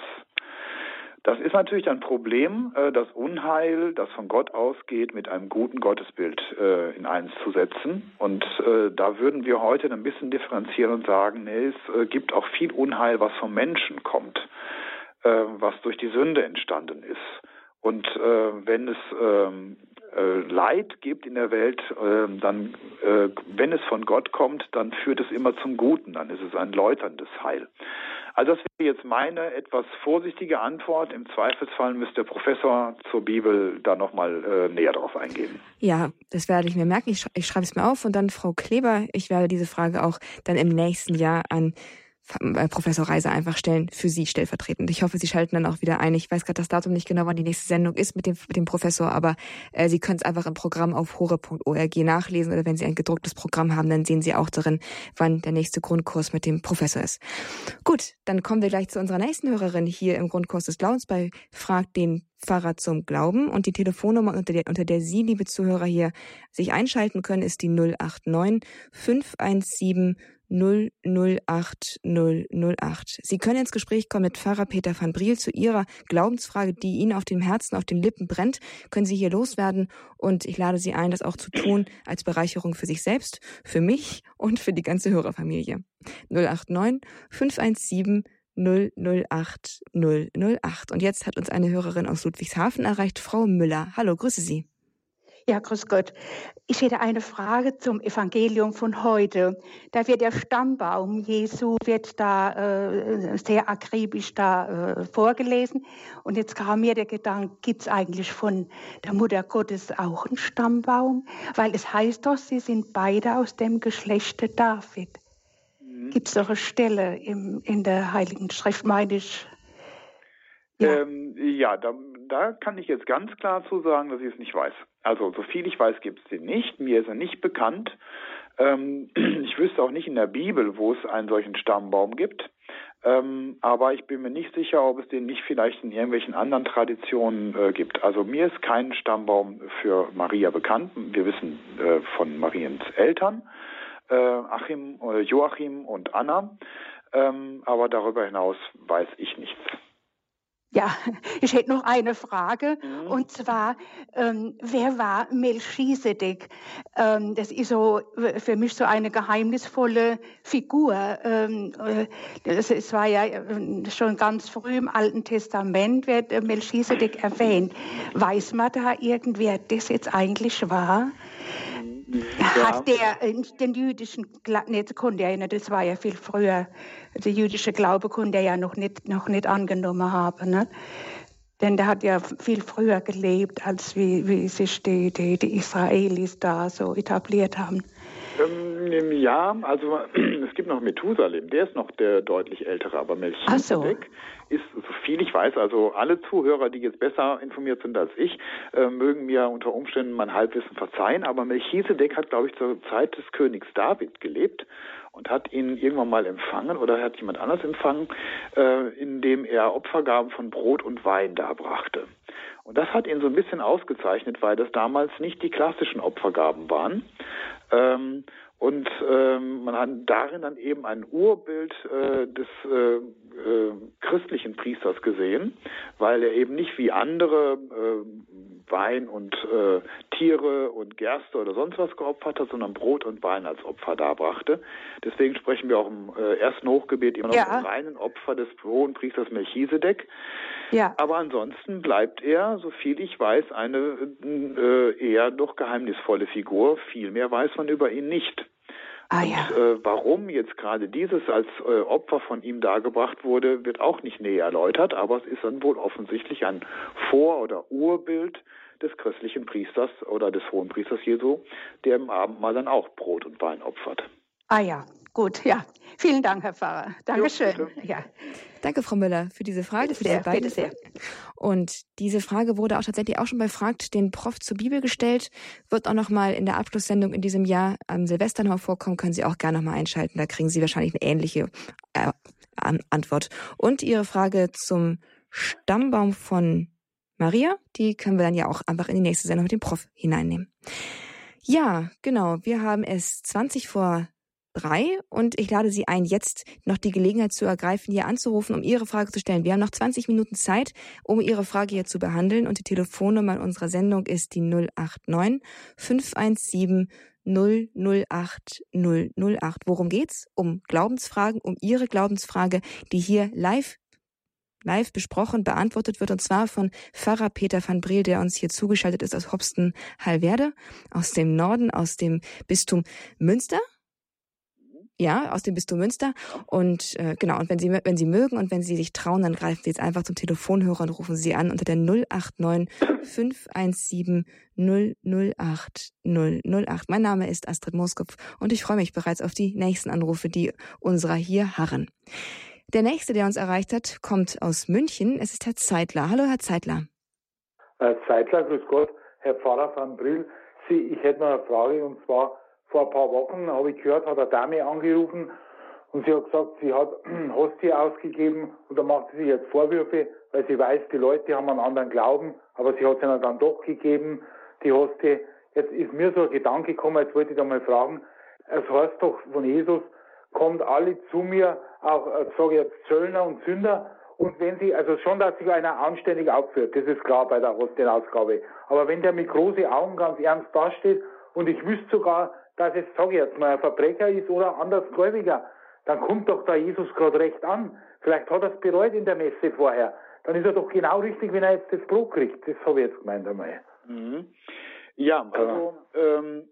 Das ist natürlich ein Problem, äh, das Unheil, das von Gott ausgeht, mit einem guten Gottesbild äh, in eins zu setzen. Und äh, da würden wir heute ein bisschen differenzieren und sagen, nee, es äh, gibt auch viel Unheil, was vom Menschen kommt, äh, was durch die Sünde entstanden ist. Und äh, wenn es ähm, äh, Leid gibt in der Welt, äh, dann, äh, wenn es von Gott kommt, dann führt es immer zum Guten, dann ist es ein läuterndes Heil. Also das wäre jetzt meine etwas vorsichtige Antwort. Im Zweifelsfall müsste der Professor zur Bibel da nochmal äh, näher drauf eingehen. Ja, das werde ich mir merken. Ich, sch- ich schreibe es mir auf und dann Frau Kleber, ich werde diese Frage auch dann im nächsten Jahr an Professor Reiser einfach stellen, für Sie stellvertretend. Ich hoffe, Sie schalten dann auch wieder ein. Ich weiß gerade das Datum nicht genau, wann die nächste Sendung ist mit dem, mit dem Professor, aber äh, Sie können es einfach im Programm auf horeb punkt org nachlesen oder wenn Sie ein gedrucktes Programm haben, dann sehen Sie auch darin, wann der nächste Grundkurs mit dem Professor ist. Gut, dann kommen wir gleich zu unserer nächsten Hörerin hier im Grundkurs des Glaubens bei Frag den Pfarrer zum Glauben und die Telefonnummer, unter der, unter der Sie, liebe Zuhörer, hier sich einschalten können, ist die null acht neun fünf eins sieben null null acht null null acht. Sie können ins Gespräch kommen mit Pfarrer Peter van Briel zu Ihrer Glaubensfrage, die Ihnen auf dem Herzen, auf den Lippen brennt. Können Sie hier loswerden und ich lade Sie ein, das auch zu tun als Bereicherung für sich selbst, für mich und für die ganze Hörerfamilie. null acht neun fünf eins sieben null null acht null null acht. Und jetzt hat uns eine Hörerin aus Ludwigshafen erreicht, Frau Müller. Hallo, grüße Sie. Ja, grüß Gott. Ich hätte eine Frage zum Evangelium von heute. Da wird der Stammbaum Jesu wird da äh, sehr akribisch da äh, vorgelesen. Und jetzt kam mir der Gedanke, gibt es eigentlich von der Mutter Gottes auch einen Stammbaum? Weil es heißt doch, sie sind beide aus dem Geschlechte David. Mhm. Gibt es doch eine Stelle im, in der Heiligen Schrift, meine ich? Ja, ähm, ja da, da kann ich jetzt ganz klar zu sagen, dass ich es nicht weiß. Also, so viel ich weiß, gibt es den nicht. Mir ist er nicht bekannt. Ähm, ich wüsste auch nicht in der Bibel, wo es einen solchen Stammbaum gibt. Ähm, aber ich bin mir nicht sicher, ob es den nicht vielleicht in irgendwelchen anderen Traditionen äh, gibt. Also mir ist kein Stammbaum für Maria bekannt. Wir wissen äh, von Mariens Eltern, äh, Achim, äh, Joachim und Anna. Ähm, aber darüber hinaus weiß ich nichts. Ja, ich hätte noch eine Frage, mhm. und zwar, ähm, wer war Melchisedek? Ähm, das ist so für mich so eine geheimnisvolle Figur. Ähm, das, es war ja schon ganz früh im Alten Testament, wird Melchisedek erwähnt. Weiß man da irgendwer das jetzt eigentlich war? Ja. Hat der den jüdischen Glauben, nee, das konnte er ja nicht, das war ja viel früher, der jüdische Glaube konnte er ja noch nicht, noch nicht angenommen haben, ne? Denn der hat ja viel früher gelebt, als wie, wie sich die, die, die Israelis da so etabliert haben. Ähm, ja, also es gibt noch Methusalem, der ist noch der deutlich ältere, aber Melchisedek so. ist, so viel ich weiß, also alle Zuhörer, die jetzt besser informiert sind als ich, äh, mögen mir unter Umständen mein Halbwissen verzeihen, aber Melchisedek hat, glaube ich, zur Zeit des Königs David gelebt und hat ihn irgendwann mal empfangen oder hat jemand anders empfangen, äh, indem er Opfergaben von Brot und Wein darbrachte. Und das hat ihn so ein bisschen ausgezeichnet, weil das damals nicht die klassischen Opfergaben waren, Ähm, und ähm, man hat darin dann eben ein Urbild äh, des äh, äh, christlichen Priesters gesehen, weil er eben nicht wie andere äh, Wein und äh, Tiere und Gerste oder sonst was geopfert hat, sondern Brot und Wein als Opfer darbrachte. Deswegen sprechen wir auch im äh, ersten Hochgebet immer noch Ja. vom reinen Opfer des hohen Priesters Melchisedek. Ja. Aber ansonsten bleibt er, so viel ich weiß, eine äh, eher doch geheimnisvolle Figur. Viel mehr weiß man über ihn nicht. Ah, und ja. äh, warum jetzt gerade dieses als äh, Opfer von ihm dargebracht wurde, wird auch nicht näher erläutert, aber es ist dann wohl offensichtlich ein Vor- oder Urbild des christlichen Priesters oder des hohen Priesters Jesu, der im Abendmahl dann auch Brot und Wein opfert. Ah ja, gut, ja. Vielen Dank, Herr Pfarrer. Dankeschön. Jo, ja. Danke, Frau Müller, für diese Frage, Bitte für diese sehr, beiden bitte sehr. Fragen. Und diese Frage wurde auch tatsächlich auch schon bei Fragt den Prof zur Bibel gestellt, wird auch nochmal in der Abschlusssendung in diesem Jahr am Silvester noch vorkommen, können Sie auch gerne nochmal einschalten, da kriegen Sie wahrscheinlich eine ähnliche äh, Antwort. Und Ihre Frage zum Stammbaum von Maria, die können wir dann ja auch einfach in die nächste Sendung mit dem Prof hineinnehmen. Ja, genau, wir haben es zwanzig vor drei und ich lade Sie ein, jetzt noch die Gelegenheit zu ergreifen, hier anzurufen, um Ihre Frage zu stellen. Wir haben noch zwanzig Minuten Zeit, um Ihre Frage hier zu behandeln und die Telefonnummer unserer Sendung ist die null acht neun fünf eins sieben null null acht null null acht. Worum geht's? Um Glaubensfragen, um Ihre Glaubensfrage, die hier live live besprochen, beantwortet wird, und zwar von Pfarrer Peter van Briel, der uns hier zugeschaltet ist aus Hopsten-Hallwerde, aus dem Norden, aus dem Bistum Münster. Ja, aus dem Bistum Münster. Und äh, genau, und wenn Sie wenn Sie mögen und wenn Sie sich trauen, dann greifen Sie jetzt einfach zum Telefonhörer und rufen Sie an unter der null acht neun fünf eins sieben null null acht null null acht. Mein Name ist Astrid Mooskopf und ich freue mich bereits auf die nächsten Anrufe, die unserer hier harren. Der nächste, der uns erreicht hat, kommt aus München. Es ist Herr Zeitler. Hallo, Herr Zeitler. Herr Zeitler, grüß Gott, Herr Pfarrer van Briel. Sie, ich hätte noch eine Frage, und zwar vor ein paar Wochen habe ich gehört, hat eine Dame angerufen und sie hat gesagt, sie hat Hostie ausgegeben und da macht sie sich jetzt Vorwürfe, weil sie weiß, die Leute haben einen anderen Glauben, aber sie hat es ihnen dann doch gegeben, die Hostie. Jetzt ist mir so ein Gedanke gekommen, jetzt wollte ich da mal fragen, es heißt doch von Jesus, kommt alle zu mir, auch, sage ich jetzt, Zöllner und Sünder. Und wenn sie, also schon, dass sich einer anständig aufführt, das ist klar bei der Hostienausgabe. Aber wenn der mit großen Augen ganz ernst dasteht und ich wüsste sogar, dass es, sage ich jetzt mal, ein Verbrecher ist oder ein Andersgläubiger, dann kommt doch da Jesus gerade recht an. Vielleicht hat er es bereut in der Messe vorher. Dann ist er doch genau richtig, wenn er jetzt das Brot kriegt. Das habe ich jetzt gemeint einmal. Mhm. Ja, also ähm,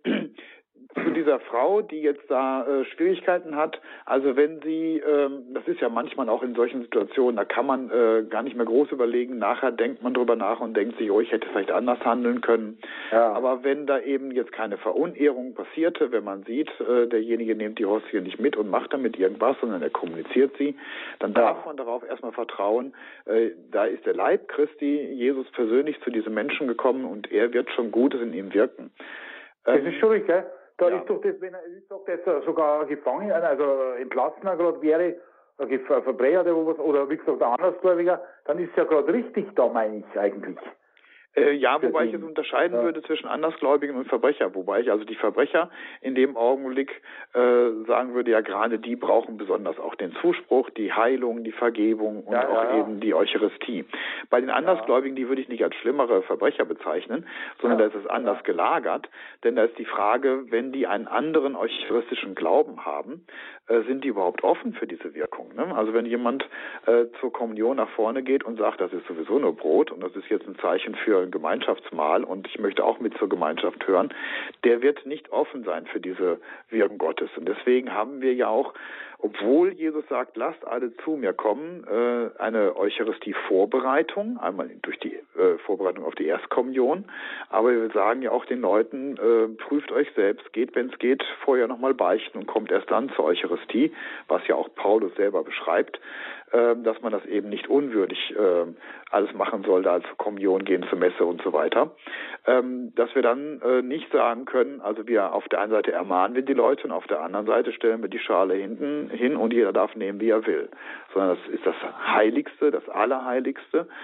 zu dieser Frau, die jetzt da äh, Schwierigkeiten hat, also wenn sie, ähm, das ist ja manchmal auch in solchen Situationen, da kann man äh, gar nicht mehr groß überlegen, nachher denkt man drüber nach und denkt sich, oh, ich hätte vielleicht anders handeln können. Ja. Aber wenn da eben jetzt keine Verunehrung passierte, wenn man sieht, äh, derjenige nimmt die Hostie nicht mit und macht damit irgendwas, sondern er kommuniziert sie, dann ja. darf man darauf erstmal vertrauen, äh, da ist der Leib Christi, Jesus persönlich zu diesem Menschen gekommen und er wird schon Gutes in ihm wirken. Ähm, das ist schon richtig, gell? Da ja. ist doch das, wenn er, ich sag, dass sogar gefangen, also entlassener gerade wäre, ein Verbrecher oder was, oder wie gesagt, ein Andersgläubiger, dann ist es ja gerade richtig da, meine ich eigentlich. Äh, ja, wobei ich es unterscheiden ja. würde zwischen Andersgläubigen und Verbrecher, wobei ich also die Verbrecher in dem Augenblick äh, sagen würde, ja gerade die brauchen besonders auch den Zuspruch, die Heilung, die Vergebung und ja, auch ja, eben die Eucharistie. Bei den Andersgläubigen, die würde ich nicht als schlimmere Verbrecher bezeichnen, sondern ja. da ist es anders gelagert, denn da ist die Frage, wenn die einen anderen eucharistischen Glauben haben, äh, sind die überhaupt offen für diese Wirkung? Ne? Also wenn jemand äh, zur Kommunion nach vorne geht und sagt, das ist sowieso nur Brot und das ist jetzt ein Zeichen für ein Gemeinschaftsmahl und ich möchte auch mit zur Gemeinschaft hören, der wird nicht offen sein für diese Wirkung Gottes. Und deswegen haben wir ja auch, obwohl Jesus sagt, lasst alle zu mir kommen, äh, eine Eucharistie-Vorbereitung, einmal durch die äh, Vorbereitung auf die Erstkommunion, aber wir sagen ja auch den Leuten, äh, prüft euch selbst, geht, wenn es geht, vorher nochmal beichten und kommt erst dann zur Eucharistie, was ja auch Paulus selber beschreibt, äh, dass man das eben nicht unwürdig äh, alles machen sollte, als zur Kommunion gehen, zur Messe und so weiter, ähm, dass wir dann äh, nicht sagen können, also wir auf der einen Seite ermahnen wir die Leute und auf der anderen Seite stellen wir die Schale hinten hin und jeder darf nehmen, wie er will, sondern das ist das Heiligste, das Allerheiligste,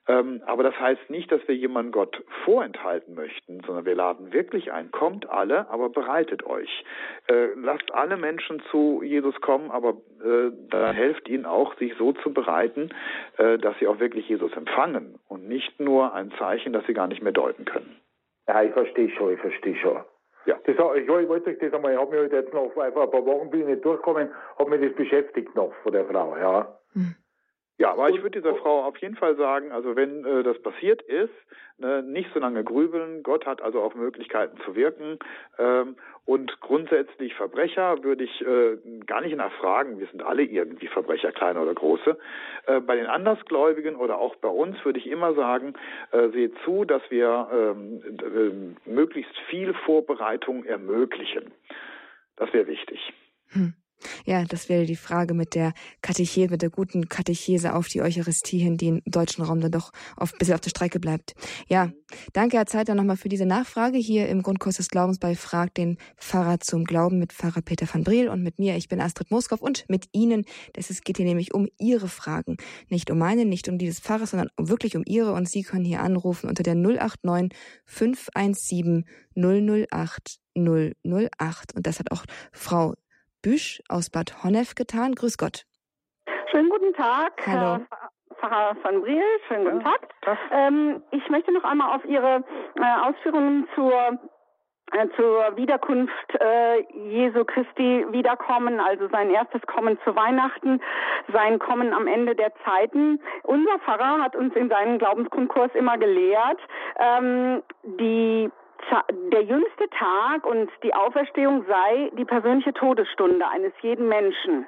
Ähm, aber das heißt nicht, dass wir jemanden Gott vorenthalten möchten, sondern wir laden wirklich ein, kommt alle, aber bereitet euch. Äh, lasst alle Menschen zu Jesus kommen, aber äh, dann helft ihnen auch, sich so zu bereiten, äh, dass sie auch wirklich Jesus empfangen und nicht nur ein Zeichen, das sie gar nicht mehr deuten können. Ja, ich verstehe schon, ich verstehe schon. Ja. Das, ich, ich wollte euch das einmal, ich habe mich halt jetzt noch, einfach ein paar Wochen bin ich nicht durchgekommen, habe mich das beschäftigt noch von der Frau, ja. Hm. Ja, aber ich würde dieser Frau auf jeden Fall sagen, also wenn äh, das passiert ist, ne, nicht so lange grübeln. Gott hat also auch Möglichkeiten zu wirken. Ähm, und grundsätzlich Verbrecher würde ich äh, gar nicht nachfragen. Wir sind alle irgendwie Verbrecher, kleine oder große. Äh, bei den Andersgläubigen oder auch bei uns würde ich immer sagen, äh, seht zu, dass wir ähm, äh, möglichst viel Vorbereitung ermöglichen. Das wäre wichtig. Hm. Ja, das wäre die Frage mit der Katechese, mit der guten Katechese auf die Eucharistie hin, die im deutschen Raum dann doch oft ein bisschen auf der Strecke bleibt. Ja, danke Herr Zeitler nochmal für diese Nachfrage hier im Grundkurs des Glaubens bei Frag den Pfarrer zum Glauben mit Pfarrer Peter van Briel und mit mir. Ich bin Astrid Moskow und mit Ihnen. Es geht hier nämlich um Ihre Fragen. Nicht um meine, nicht um dieses Pfarrers, sondern wirklich um Ihre. Und Sie können hier anrufen unter der null acht neun fünf eins sieben null null acht null null acht. Und das hat auch Frau Büsch aus Bad Honnef getan. Grüß Gott. Schönen guten Tag, Hallo. Herr Pfarrer van Briel. Schönen guten ja, Tag. Ähm, ich möchte noch einmal auf Ihre äh, Ausführungen zur, äh, zur Wiederkunft äh, Jesu Christi wiederkommen, also sein erstes Kommen zu Weihnachten, sein Kommen am Ende der Zeiten. Unser Pfarrer hat uns in seinem Glaubensgrundkurs immer gelehrt, ähm, die der jüngste Tag und die Auferstehung sei die persönliche Todesstunde eines jeden Menschen.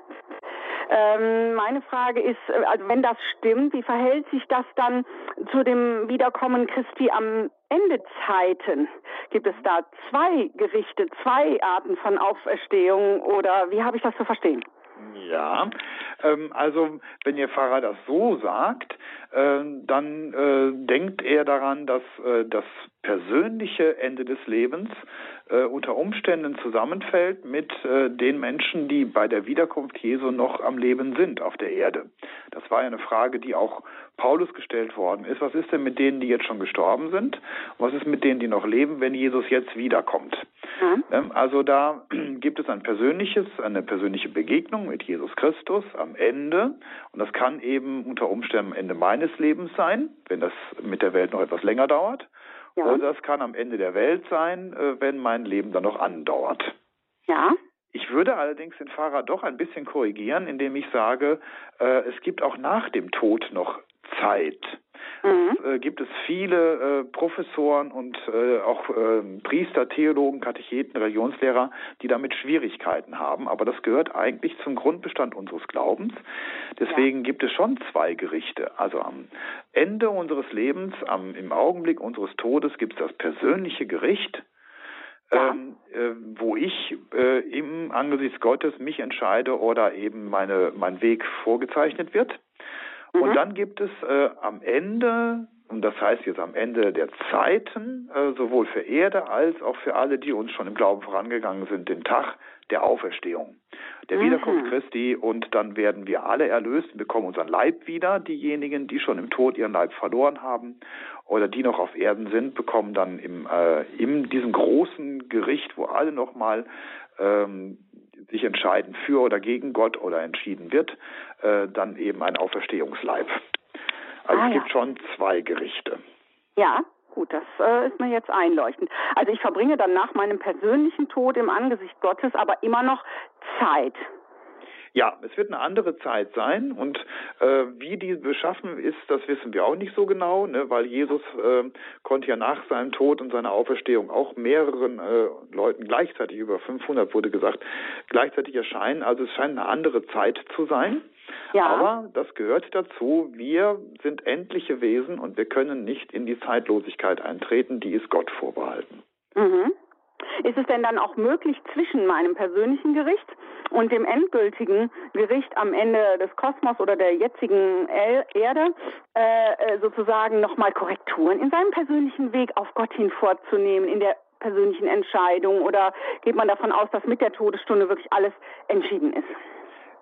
Ähm, meine Frage ist, also wenn das stimmt, wie verhält sich das dann zu dem Wiederkommen Christi am Ende Zeiten? Gibt es da zwei Gerichte, zwei Arten von Auferstehung oder wie habe ich das zu verstehen? Ja, ähm, also wenn Ihr Pfarrer das so sagt, äh, dann äh, denkt er daran, dass äh, das persönliche Ende des Lebens äh, unter Umständen zusammenfällt mit äh, den Menschen, die bei der Wiederkunft Jesu noch am Leben sind auf der Erde. Das war ja eine Frage, die auch Paulus gestellt worden ist. Was ist denn mit denen, die jetzt schon gestorben sind? Und was ist mit denen, die noch leben, wenn Jesus jetzt wiederkommt? Mhm. Ähm, also da gibt es ein persönliches, eine persönliche Begegnung mit Jesus Christus am Ende. Und das kann eben unter Umständen am Ende meines Lebens sein, wenn das mit der Welt noch etwas länger dauert. Ja. Oder es kann am Ende der Welt sein, wenn mein Leben dann noch andauert. Ja. Ich würde allerdings den Pfarrer doch ein bisschen korrigieren, indem ich sage, äh, es gibt auch nach dem Tod noch Zeit. Mhm. Es, äh, gibt es viele äh, Professoren und äh, auch äh, Priester, Theologen, Katecheten, Religionslehrer, die damit Schwierigkeiten haben. Aber das gehört eigentlich zum Grundbestand unseres Glaubens. Deswegen ja. gibt es schon zwei Gerichte. Also am Ende unseres Lebens, am, im Augenblick unseres Todes gibt es das persönliche Gericht. Ja. Ähm, äh, wo ich äh, im Angesichts Gottes mich entscheide oder eben meine mein Weg vorgezeichnet wird. Mhm. Und dann gibt es äh, am Ende, und das heißt jetzt am Ende der Zeiten, äh, sowohl für Erde als auch für alle, die uns schon im Glauben vorangegangen sind, den Tag der Auferstehung, der mhm. Wiederkunft Christi, und dann werden wir alle erlöst und bekommen unseren Leib wieder. Diejenigen, die schon im Tod ihren Leib verloren haben oder die noch auf Erden sind, bekommen dann im, äh, in diesem großen Gericht, wo alle nochmal ähm, sich entscheiden für oder gegen Gott oder entschieden wird, äh, dann eben ein Auferstehungsleib. Also ah, es gibt ja. schon zwei Gerichte. Ja. Gut, das äh, ist mir jetzt einleuchtend. Also ich verbringe dann nach meinem persönlichen Tod im Angesicht Gottes aber immer noch Zeit. Ja, es wird eine andere Zeit sein und äh, wie die beschaffen ist, das wissen wir auch nicht so genau, ne, weil Jesus äh, konnte ja nach seinem Tod und seiner Auferstehung auch mehreren äh, Leuten gleichzeitig, über fünfhundert wurde gesagt, gleichzeitig erscheinen. Also es scheint eine andere Zeit zu sein. Ja. Aber das gehört dazu, wir sind endliche Wesen und wir können nicht in die Zeitlosigkeit eintreten, die ist Gott vorbehalten. Mhm. Ist es denn dann auch möglich, zwischen meinem persönlichen Gericht und dem endgültigen Gericht am Ende des Kosmos oder der jetzigen Erde äh, sozusagen nochmal Korrekturen in seinem persönlichen Weg auf Gott hin vorzunehmen, in der persönlichen Entscheidung? Oder geht man davon aus, dass mit der Todesstunde wirklich alles entschieden ist?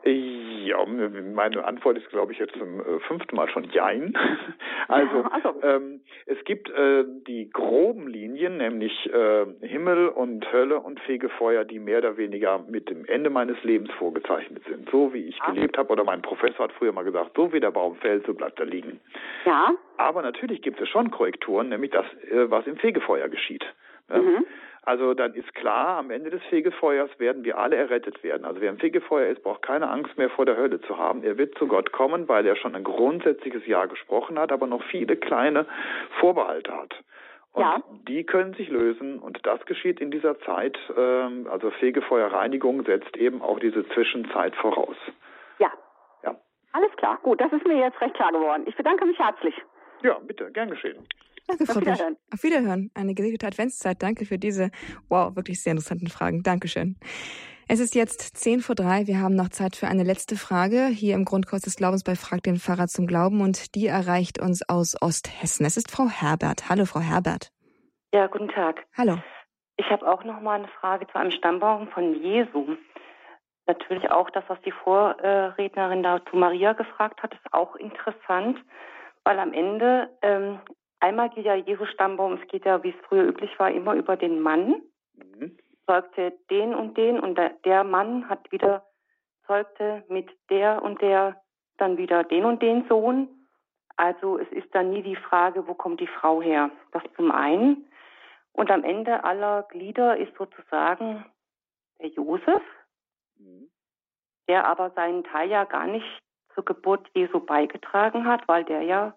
Ja, meine Antwort ist, glaube ich, jetzt zum äh, fünften Mal schon Jein. Also, also. Ähm, es gibt äh, die groben Linien, nämlich äh, Himmel und Hölle und Fegefeuer, die mehr oder weniger mit dem Ende meines Lebens vorgezeichnet sind. So wie ich ja. gelebt habe, oder mein Professor hat früher mal gesagt, so wie der Baum fällt, so bleibt er liegen. Ja. Aber natürlich gibt es schon Korrekturen, nämlich das, äh, was im Fegefeuer geschieht. Ne? Mhm. Also dann ist klar, am Ende des Fegefeuers werden wir alle errettet werden. Also wer im Fegefeuer ist, braucht keine Angst mehr vor der Hölle zu haben. Er wird zu Gott kommen, weil er schon ein grundsätzliches Ja gesprochen hat, aber noch viele kleine Vorbehalte hat. Und ja. die können sich lösen und das geschieht in dieser Zeit. Ähm, also Fegefeuerreinigung setzt eben auch diese Zwischenzeit voraus. Ja. Ja. Alles klar. Gut, das ist mir jetzt recht klar geworden. Ich bedanke mich herzlich. Ja, bitte. Gern geschehen. Danke, Frau Busch. Auf Wiederhören. Eine gesegnete Adventszeit. Danke für diese, wow, wirklich sehr interessanten Fragen. Dankeschön. Es ist jetzt zehn vor drei. Wir haben noch Zeit für eine letzte Frage hier im Grundkurs des Glaubens bei Frag den Pfarrer zum Glauben und die erreicht uns aus Osthessen. Es ist Frau Herbert. Hallo, Frau Herbert. Ja, guten Tag. Hallo. Ich habe auch noch mal eine Frage zu einem Stammbaum von Jesu. Natürlich auch das, was die Vorrednerin da zu Maria gefragt hat, ist auch interessant, weil am Ende ähm, einmal geht ja Jesu Stammbaum, es geht ja, wie es früher üblich war, immer über den Mann. Mhm. Zeugte den und den und der, der Mann hat wieder zeugte mit der und der dann wieder den und den Sohn. Also es ist dann nie die Frage, wo kommt die Frau her? Das zum einen. Und am Ende aller Glieder ist sozusagen der Josef, mhm. der aber seinen Teil ja gar nicht zur Geburt Jesu beigetragen hat, weil der ja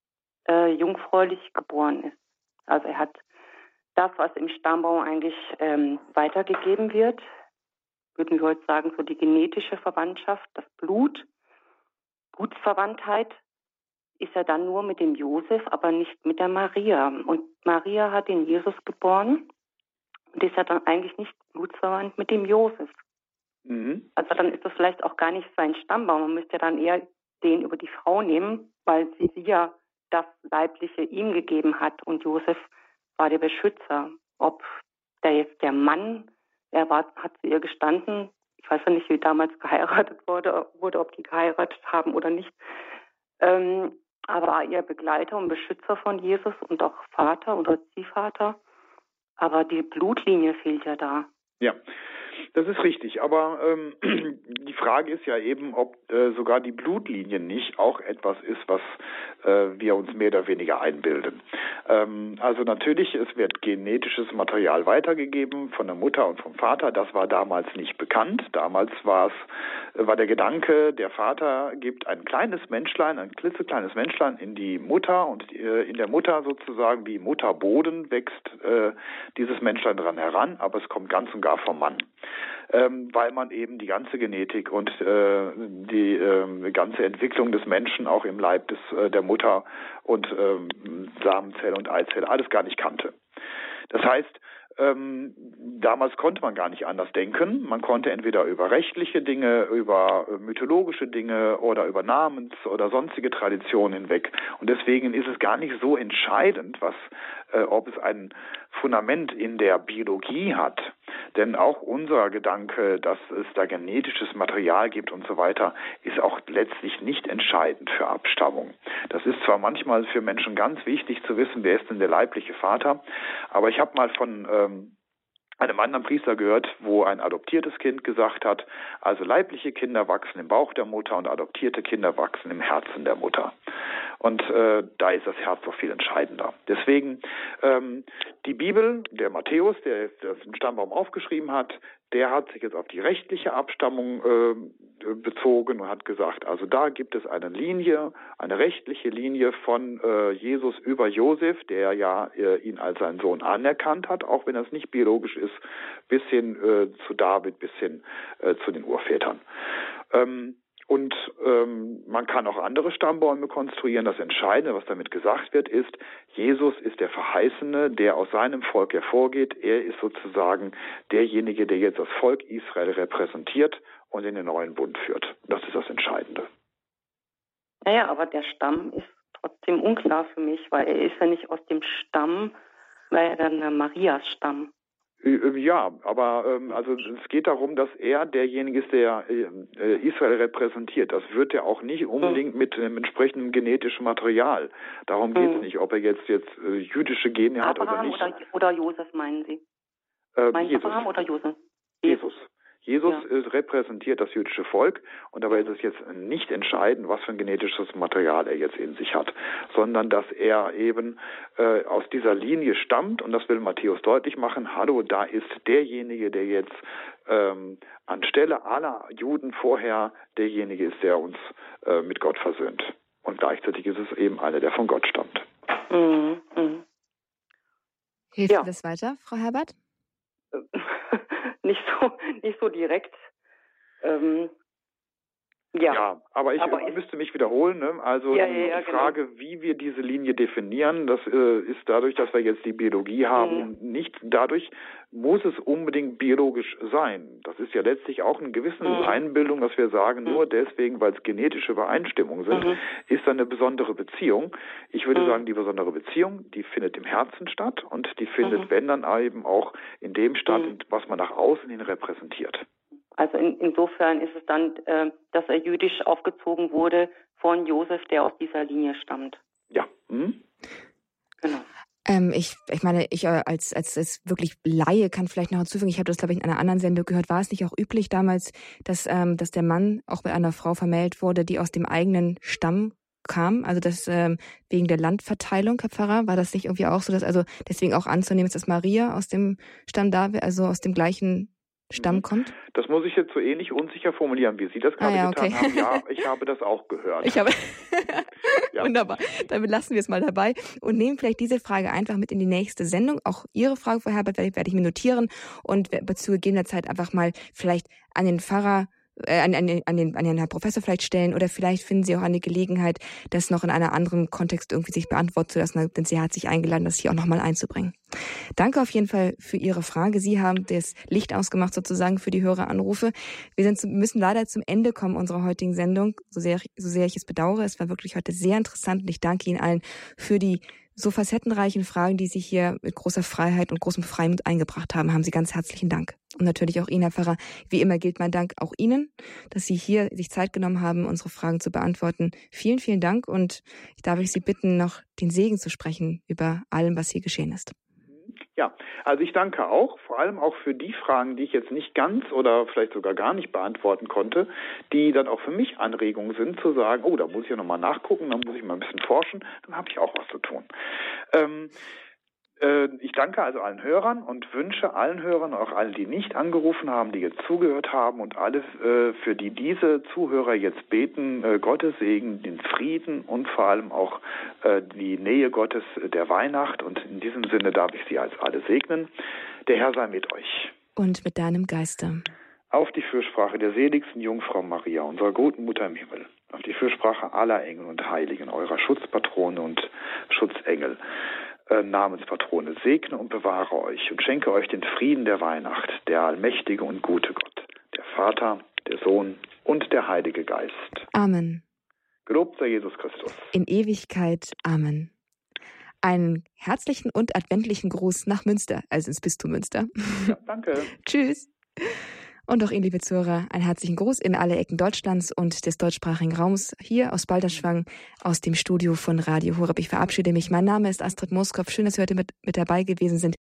äh, jungfräulich geboren ist. Also er hat das, was im Stammbaum eigentlich ähm, weitergegeben wird, würden wir heute sagen, so die genetische Verwandtschaft, das Blut, Blutsverwandtheit, ist er dann nur mit dem Josef, aber nicht mit der Maria. Und Maria hat den Jesus geboren und ist ja dann eigentlich nicht blutsverwandt mit dem Josef. Mhm. Also dann ist das vielleicht auch gar nicht sein Stammbaum. Man müsste ja dann eher den über die Frau nehmen, weil sie, sie ja das Leibliche ihm gegeben hat und Josef war der Beschützer. Ob der jetzt der Mann, er war, hat zu ihr gestanden, ich weiß ja nicht, wie damals geheiratet wurde, wurde ob die geheiratet haben oder nicht, ähm, aber war ihr Begleiter und Beschützer von Jesus und auch Vater oder Ziehvater. Aber die Blutlinie fehlt ja da. Ja, das ist richtig. Aber ähm, die Frage ist ja eben, ob äh, sogar die Blutlinie nicht auch etwas ist, was äh, wir uns mehr oder weniger einbilden. Ähm, also natürlich, es wird genetisches Material weitergegeben von der Mutter und vom Vater. Das war damals nicht bekannt. Damals war es, war der Gedanke, der Vater gibt ein kleines Menschlein, ein klitzekleines Menschlein in die Mutter und äh, in der Mutter sozusagen wie Mutterboden wächst äh, dieses Menschlein dran heran, aber es kommt ganz und gar vom Mann. Ähm, weil man eben die ganze Genetik und äh, die äh, ganze Entwicklung des Menschen auch im Leib des, äh, der Mutter und äh, Samenzelle und Eizelle alles gar nicht kannte. Das heißt, ähm, damals konnte man gar nicht anders denken. Man konnte entweder über rechtliche Dinge, über äh, mythologische Dinge oder über Namens- oder sonstige Traditionen hinweg. Und deswegen ist es gar nicht so entscheidend, was, äh, ob es ein Fundament in der Biologie hat. Denn auch unser Gedanke, dass es da genetisches Material gibt und so weiter, ist auch letztlich nicht entscheidend für Abstammung. Das ist zwar manchmal für Menschen ganz wichtig zu wissen, wer ist denn der leibliche Vater, aber ich habe mal von ähm, einem anderen Priester gehört, wo ein adoptiertes Kind gesagt hat, also leibliche Kinder wachsen im Bauch der Mutter und adoptierte Kinder wachsen im Herzen der Mutter. Und äh, da ist das Herz doch viel entscheidender. Deswegen, ähm, die Bibel, der Matthäus, der den Stammbaum aufgeschrieben hat, der hat sich jetzt auf die rechtliche Abstammung äh, bezogen und hat gesagt, also da gibt es eine Linie, eine rechtliche Linie von äh, Jesus über Josef, der ja äh, ihn als seinen Sohn anerkannt hat, auch wenn das nicht biologisch ist, bis hin äh, zu David, bis hin äh, zu den Urvätern. Ähm, Und ähm, man kann auch andere Stammbäume konstruieren. Das Entscheidende, was damit gesagt wird, ist, Jesus ist der Verheißene, der aus seinem Volk hervorgeht. Er ist sozusagen derjenige, der jetzt das Volk Israel repräsentiert und in den neuen Bund führt. Das ist das Entscheidende. Naja, aber der Stamm ist trotzdem unklar für mich, weil er ist ja nicht aus dem Stamm, weil er dann der Marias Stamm. Ja, aber ähm, also es geht darum, dass er derjenige ist, der äh, Israel repräsentiert. Das wird er auch nicht unbedingt mit einem entsprechenden genetischen Material. Darum geht es mhm. nicht, ob er jetzt jetzt äh, jüdische Gene hat Abraham oder nicht. Oder, oder Josef meinen Sie? Äh, meinen Jesus. Abraham oder Josef? Jesus. Jesus ja. repräsentiert das jüdische Volk und dabei ist es jetzt nicht entscheidend, was für ein genetisches Material er jetzt in sich hat, sondern dass er eben äh, aus dieser Linie stammt und das will Matthäus deutlich machen. Hallo, da ist derjenige, der jetzt ähm, anstelle aller Juden vorher derjenige ist, der uns äh, mit Gott versöhnt. Und gleichzeitig ist es eben einer, der von Gott stammt. Mhm. Mhm. Hilft ja. das weiter, Frau Herbert? nicht so nicht so direkt. Ähm, ja. ja, aber ich aber müsste mich wiederholen. Ne? Also ja, ja, ja, die Frage, genau. wie wir diese Linie definieren, das äh, ist dadurch, dass wir jetzt die Biologie haben, mhm. nicht dadurch muss es unbedingt biologisch sein. Das ist ja letztlich auch eine gewisse mhm. Einbildung, dass wir sagen, mhm. nur deswegen, weil es genetische Übereinstimmungen sind, mhm. ist da eine besondere Beziehung. Ich würde mhm. sagen, die besondere Beziehung, die findet im Herzen statt und die findet, mhm. wenn dann eben auch in dem statt, mhm. was man nach außen hin repräsentiert. Also in, insofern ist es dann, äh, dass er jüdisch aufgezogen wurde von Josef, der aus dieser Linie stammt. Ja. Mhm. Genau. Ähm, ich, ich meine, ich äh, als, als, als wirklich Laie kann vielleicht noch hinzufügen, ich habe das, glaube ich, in einer anderen Sendung gehört, war es nicht auch üblich damals, dass, ähm, dass der Mann auch bei einer Frau vermählt wurde, die aus dem eigenen Stamm kam, also das ähm, wegen der Landverteilung, Herr Pfarrer, war das nicht irgendwie auch so, dass also deswegen auch anzunehmen ist, dass Maria aus dem Stamm da, also aus dem gleichen Stamm kommt? Das muss ich jetzt so ähnlich unsicher formulieren, wie Sie das gerade ah, ja, getan okay. haben. Ja, ich habe das auch gehört. Ich habe ja. Wunderbar. Damit lassen wir es mal dabei und nehmen vielleicht diese Frage einfach mit in die nächste Sendung. Auch Ihre Frage, Frau Herbert, werde ich, werde ich mir notieren und zu gegebener Zeit einfach mal vielleicht an den Pfarrer Äh, an, an, an, den, an den Herrn Professor vielleicht stellen oder vielleicht finden Sie auch eine Gelegenheit, das noch in einem anderen Kontext irgendwie sich beantworten zu lassen, denn sie hat sich eingeladen, das hier auch nochmal einzubringen. Danke auf jeden Fall für Ihre Frage. Sie haben das Licht ausgemacht sozusagen für die Höreranrufe. Wir sind zu, müssen leider zum Ende kommen unserer heutigen Sendung, so sehr, so sehr ich es bedauere. Es war wirklich heute sehr interessant und ich danke Ihnen allen für die so facettenreichen Fragen, die Sie hier mit großer Freiheit und großem Freimut eingebracht haben. Haben Sie ganz herzlichen Dank. Und natürlich auch Ihnen, Herr Pfarrer. Wie immer gilt mein Dank auch Ihnen, dass Sie hier sich Zeit genommen haben, unsere Fragen zu beantworten. Vielen, vielen Dank und ich darf ich Sie bitten, noch den Segen zu sprechen über allem, was hier geschehen ist. Ja, also ich danke auch, vor allem auch für die Fragen, die ich jetzt nicht ganz oder vielleicht sogar gar nicht beantworten konnte, die dann auch für mich Anregungen sind, zu sagen, oh, da muss ich ja nochmal nachgucken, da muss ich mal ein bisschen forschen, dann habe ich auch was zu tun. Ähm, äh, ich danke also allen Hörern und wünsche allen Hörern, auch allen, die nicht angerufen haben, die jetzt zugehört haben und alle, äh, für die diese Zuhörer jetzt beten, äh, Gottes Segen, den Frieden und vor allem auch äh, die Nähe Gottes der Weihnacht. Und in diesem Sinne darf ich Sie als alle segnen. Der Herr sei mit euch. Und mit deinem Geiste. Auf die Fürsprache der seligsten Jungfrau Maria, unserer guten Mutter im Himmel. Auf die Fürsprache aller Engel und Heiligen, eurer Schutzpatrone und Schutzengel. Äh, Namenspatrone, segne und bewahre euch und schenke euch den Frieden der Weihnacht, der allmächtige und gute Gott, der Vater, der Sohn und der Heilige Geist. Amen. Gelobt sei Jesus Christus. In Ewigkeit. Amen. Einen herzlichen und adventlichen Gruß nach Münster, also ins Bistum Münster. Ja, danke. Tschüss. Und auch Ihnen, liebe Zuhörer, einen herzlichen Gruß in alle Ecken Deutschlands und des deutschsprachigen Raums, hier aus Balderschwang, aus dem Studio von Radio Horeb. Ich verabschiede mich. Mein Name ist Astrid Moskopf. Schön, dass Sie heute mit, mit dabei gewesen sind.